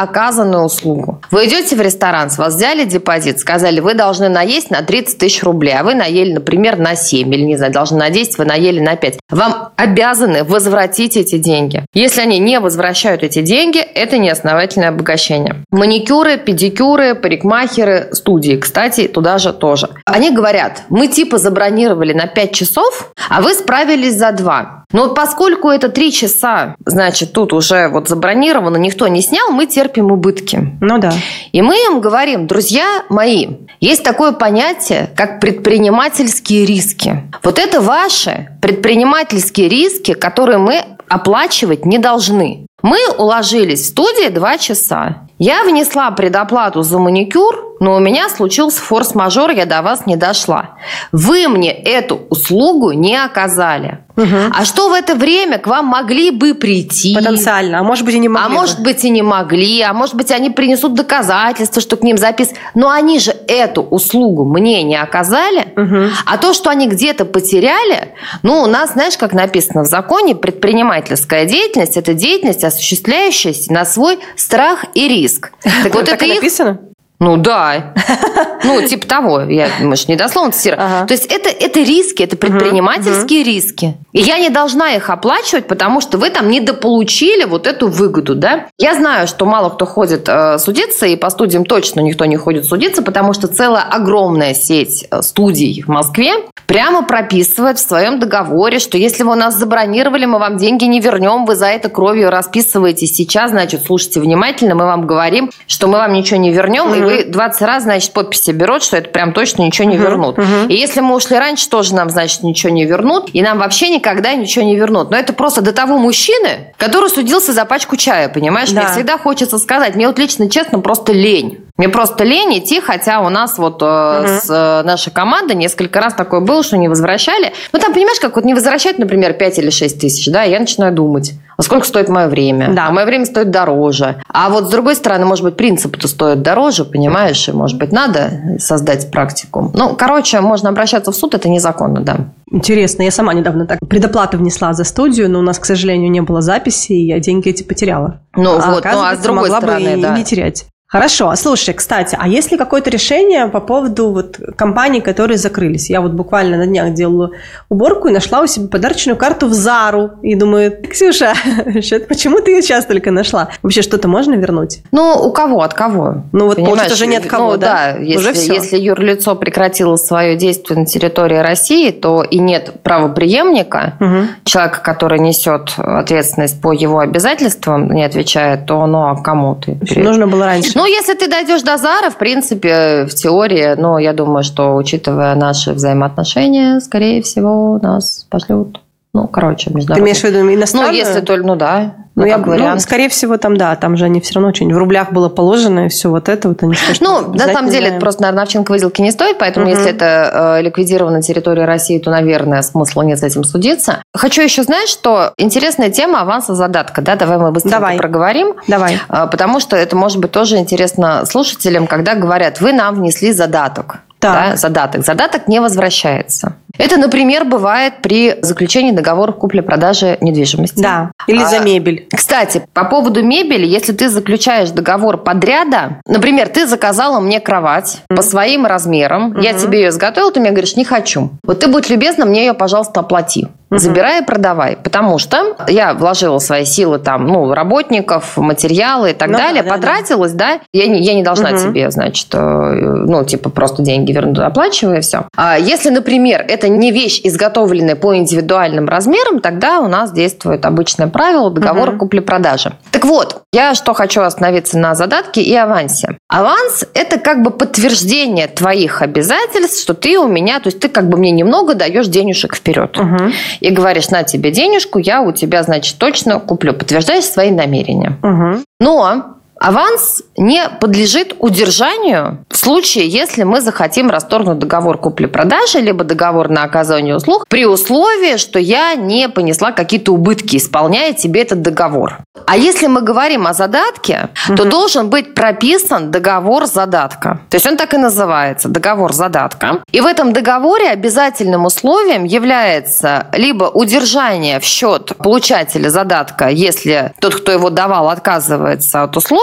оказанную услугу. Вы идете в ресторан, с вас взяли депозит, сказали, вы должны наесть на тридцать тысяч рублей, а вы наели, например, на семь, или, не знаю, должны на десять, вы наели на пять. Вам обязаны возвратить эти деньги. Если они не возвращают эти деньги, это неосновательное обогащение. Маникюры, педикюры, парикмахеры, студии, кстати, туда же тоже. Они говорят, мы типа забронировали на пять часов, а вы справились за два. Но вот поскольку это три часа, значит, тут уже вот забронировано, никто не снял, мы терпим убытки. Ну да. И мы им говорим, друзья мои, есть такое понятие, как предпринимательские риски. Вот это ваши предпринимательские риски, которые мы оплачивать не должны. Мы уложились в студии два часа. Я внесла предоплату за маникюр, но у меня случился форс-мажор, я до вас не дошла. Вы мне эту услугу не оказали. Угу. А что в это время к вам могли бы прийти? Потенциально. А может быть, и не могли. А бы. может быть, и не могли. А может быть, они принесут доказательства, что к ним записано. Но они же эту услугу мне не оказали. Угу. А то, что они где-то потеряли, ну, у нас, знаешь, как написано в законе, предпринимательская деятельность – это деятельность, осуществляющаяся на свой страх и риск. Так вот это и написано? Ну да, ну типа того, я, мы же не дословно цитирую. Ага. То есть это, это риски, это предпринимательские угу. риски. И я не должна их оплачивать, потому что вы там недополучили вот эту выгоду, да. Я знаю, что мало кто ходит э, судиться, и по студиям точно никто не ходит судиться, потому что целая огромная сеть студий в Москве прямо прописывает в своем договоре, что если вы у нас забронировали, мы вам деньги не вернем, вы за это кровью расписываетесь сейчас, значит, слушайте внимательно, мы вам говорим, что мы вам ничего не вернем, угу. и вы двадцать раз, значит, подписи берут, что это прям точно ничего не uh-huh, вернут. Uh-huh. И если мы ушли раньше, тоже нам, значит, ничего не вернут. И нам вообще никогда ничего не вернут. Но это просто до того мужчины, который судился за пачку чая, понимаешь? Да. Мне всегда хочется сказать, мне вот лично, честно, просто лень. Мне просто лень идти, хотя у нас вот uh-huh. с э, нашей командой несколько раз такое было, что не возвращали. Ну, там, понимаешь, как вот не возвращать, например, пять или шесть тысяч, да, я начинаю думать, а сколько стоит мое время? Да. А мое время стоит дороже. А вот с другой стороны, может быть, принципы-то стоят дороже, понимаешь, и, может быть, надо создать практикум. Ну, короче, можно обращаться в суд, это незаконно, да. Интересно, я сама недавно так предоплату внесла за студию, но у нас, к сожалению, не было записи, и я деньги эти потеряла. Ну, а вот, ну, а с другой могла стороны, бы да. и не терять. Хорошо. Слушай, кстати, а есть ли какое-то решение по поводу вот компаний, которые закрылись? Я вот буквально на днях делала уборку и нашла у себя подарочную карту в Зару. И думаю, Ксюша, почему ты ее сейчас только нашла? Вообще что-то можно вернуть? Ну, у кого? От кого? Ну, вот получается, уже нет кого, ну, да? да, если, уже все. Если юрлицо прекратило свое действие на территории России, то и нет правопреемника, угу. человека, который несет ответственность по его обязательствам, не отвечает, то ну, а кому ты? Нужно было раньше. Ну, если ты дойдешь до Зара, в принципе, в теории, ну, я думаю, что, учитывая наши взаимоотношения, скорее всего, нас пошлют. Ну, короче, международные. Ты имеешь в виду иностранную? Ну, если только, ну, да. Ну, я, ну, скорее всего, там, да, там же они все равно очень в рублях было положено, и все вот это вот они... Ну, на самом деле, это просто, наверное, овчинка выделки не стоит, поэтому, uh-huh. если это э, ликвидировано на территории России, то, наверное, смысла нет с этим судиться. Хочу еще, знаешь, что интересная тема аванса задатка, да, давай мы быстренько давай. проговорим. Давай. Э, потому что это может быть тоже интересно слушателям, когда говорят, вы нам внесли задаток. Да, задаток. Задаток не возвращается. Это, например, бывает при заключении договора купли-продажи недвижимости. Да, или за мебель. А, кстати, по поводу мебели, если ты заключаешь договор подряда, например, ты заказала мне кровать mm-hmm. по своим размерам, mm-hmm. я тебе ее изготовила, ты мне говоришь, не хочу. Вот ты, будь любезна, мне ее, пожалуйста, оплати. Uh-huh. Забирай и продавай. Потому что я вложила свои силы, там, ну, работников, материалы и так ну, далее, да, потратилась, да, да. Я, не, я не должна uh-huh. тебе, значит, ну, типа, просто деньги вернуть, оплачивая, все. А если, например, это не вещь, изготовленная по индивидуальным размерам, тогда у нас действует обычное правило договора uh-huh. купли-продажи. Так вот, я что хочу остановиться на задатке и авансе. Аванс – это как бы подтверждение твоих обязательств, что ты у меня, то есть ты как бы мне немного даешь денежек вперед. Uh-huh. И говоришь, на тебе денежку, я у тебя, значит, точно куплю. Подтверждаешь свои намерения. Угу. Но аванс не подлежит удержанию в случае, если мы захотим расторгнуть договор купли-продажи, либо договор на оказание услуг, при условии, что я не понесла какие-то убытки, исполняя тебе этот договор. А если мы говорим о задатке, угу. то должен быть прописан договор задатка. То есть он так и называется, договор задатка. И в этом договоре обязательным условием является либо удержание в счет получателя задатка, если тот, кто его давал, отказывается от услуги,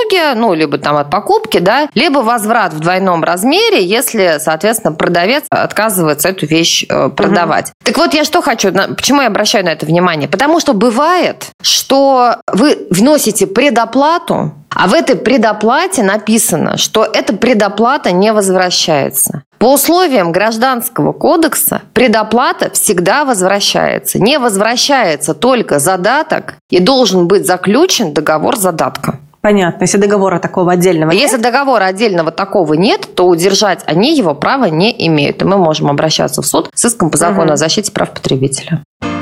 услуги, ну, либо там от покупки, да, либо возврат в двойном размере, если, соответственно, продавец отказывается эту вещь э, продавать. Угу. Так вот, я что хочу, на, почему я обращаю на это внимание? Потому что бывает, что вы вносите предоплату, а в этой предоплате написано, что эта предоплата не возвращается. По условиям Гражданского кодекса предоплата всегда возвращается. Не возвращается только задаток, и должен быть заключен договор задатка. Понятно. Если договора такого отдельного нет? Если договора отдельного такого нет, то удержать они его права не имеют. И мы можем обращаться в суд с иском по закону угу. о защите прав потребителя.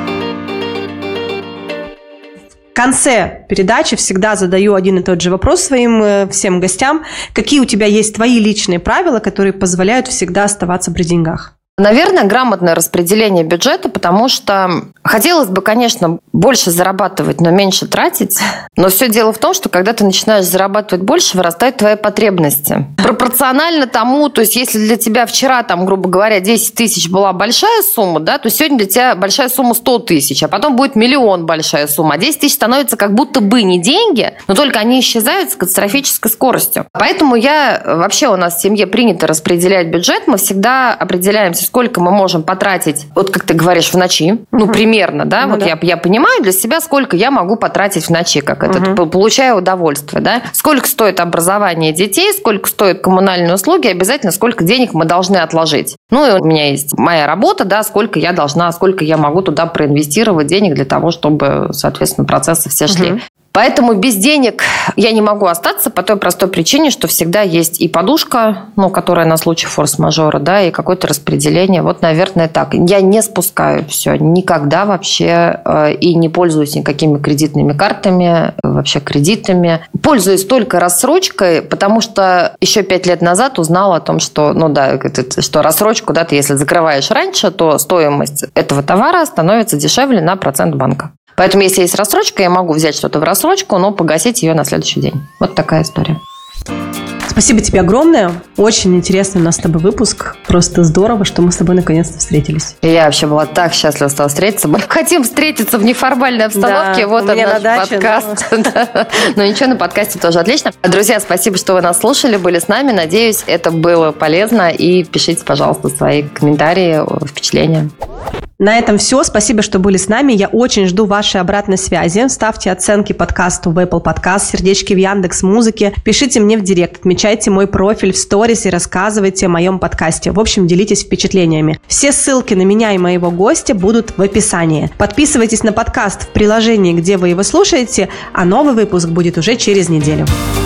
В конце передачи всегда задаю один и тот же вопрос своим всем гостям. Какие у тебя есть твои личные правила, которые позволяют всегда оставаться при деньгах? Наверное, грамотное распределение бюджета, потому что хотелось бы, конечно, больше зарабатывать, но меньше тратить. Но все дело в том, что когда ты начинаешь зарабатывать больше, вырастают твои потребности. Пропорционально тому, то есть если для тебя вчера, там, грубо говоря, десять тысяч была большая сумма, да, то сегодня для тебя большая сумма сто тысяч, а потом будет миллион большая сумма. А десять тысяч становится как будто бы не деньги, но только они исчезают с катастрофической скоростью. Поэтому я, вообще у нас в семье принято распределять бюджет, мы всегда определяемся, сколько мы можем потратить, вот как ты говоришь, в ночи, ну, uh-huh. примерно, да, ну, вот да. Я, я понимаю для себя, сколько я могу потратить в ночи, как uh-huh. это, получаю удовольствие, да, сколько стоит образование детей, сколько стоят коммунальные услуги, обязательно сколько денег мы должны отложить. Ну, и у меня есть моя работа, да, сколько я должна, сколько я могу туда проинвестировать денег для того, чтобы, соответственно, процессы все шли. Uh-huh. Поэтому без денег я не могу остаться по той простой причине, что всегда есть и подушка, ну, которая на случай форс-мажора, да, и какое-то распределение. Вот, наверное, так. Я не спускаю все никогда вообще э, и не пользуюсь никакими кредитными картами, вообще кредитами. Пользуюсь только рассрочкой, потому что еще пять лет назад узнала о том, что, ну да, это, что рассрочку, да, ты если закрываешь раньше, то стоимость этого товара становится дешевле на процент банка. Поэтому, если есть рассрочка, я могу взять что-то в рассрочку, но погасить ее на следующий день. Вот такая история. Спасибо тебе огромное. Очень интересный у нас с тобой выпуск. Просто здорово, что мы с тобой наконец-то встретились. Я вообще была так счастлива с тобой встретиться. Мы хотим встретиться в неформальной обстановке. Да, вот он наш даче, подкаст. Да. Но ничего, на подкасте тоже отлично. Друзья, спасибо, что вы нас слушали, были с нами. Надеюсь, это было полезно. И пишите, пожалуйста, свои комментарии, впечатления. На этом все. Спасибо, что были с нами. Я очень жду вашей обратной связи. Ставьте оценки подкасту в Apple Podcast, сердечки в Яндекс.Музыке. Пишите мне в директ, отмечайте мой профиль в сторис и рассказывайте о моем подкасте. В общем, делитесь впечатлениями. Все ссылки на меня и моего гостя будут в описании. Подписывайтесь на подкаст в приложении, где вы его слушаете, а новый выпуск будет уже через неделю.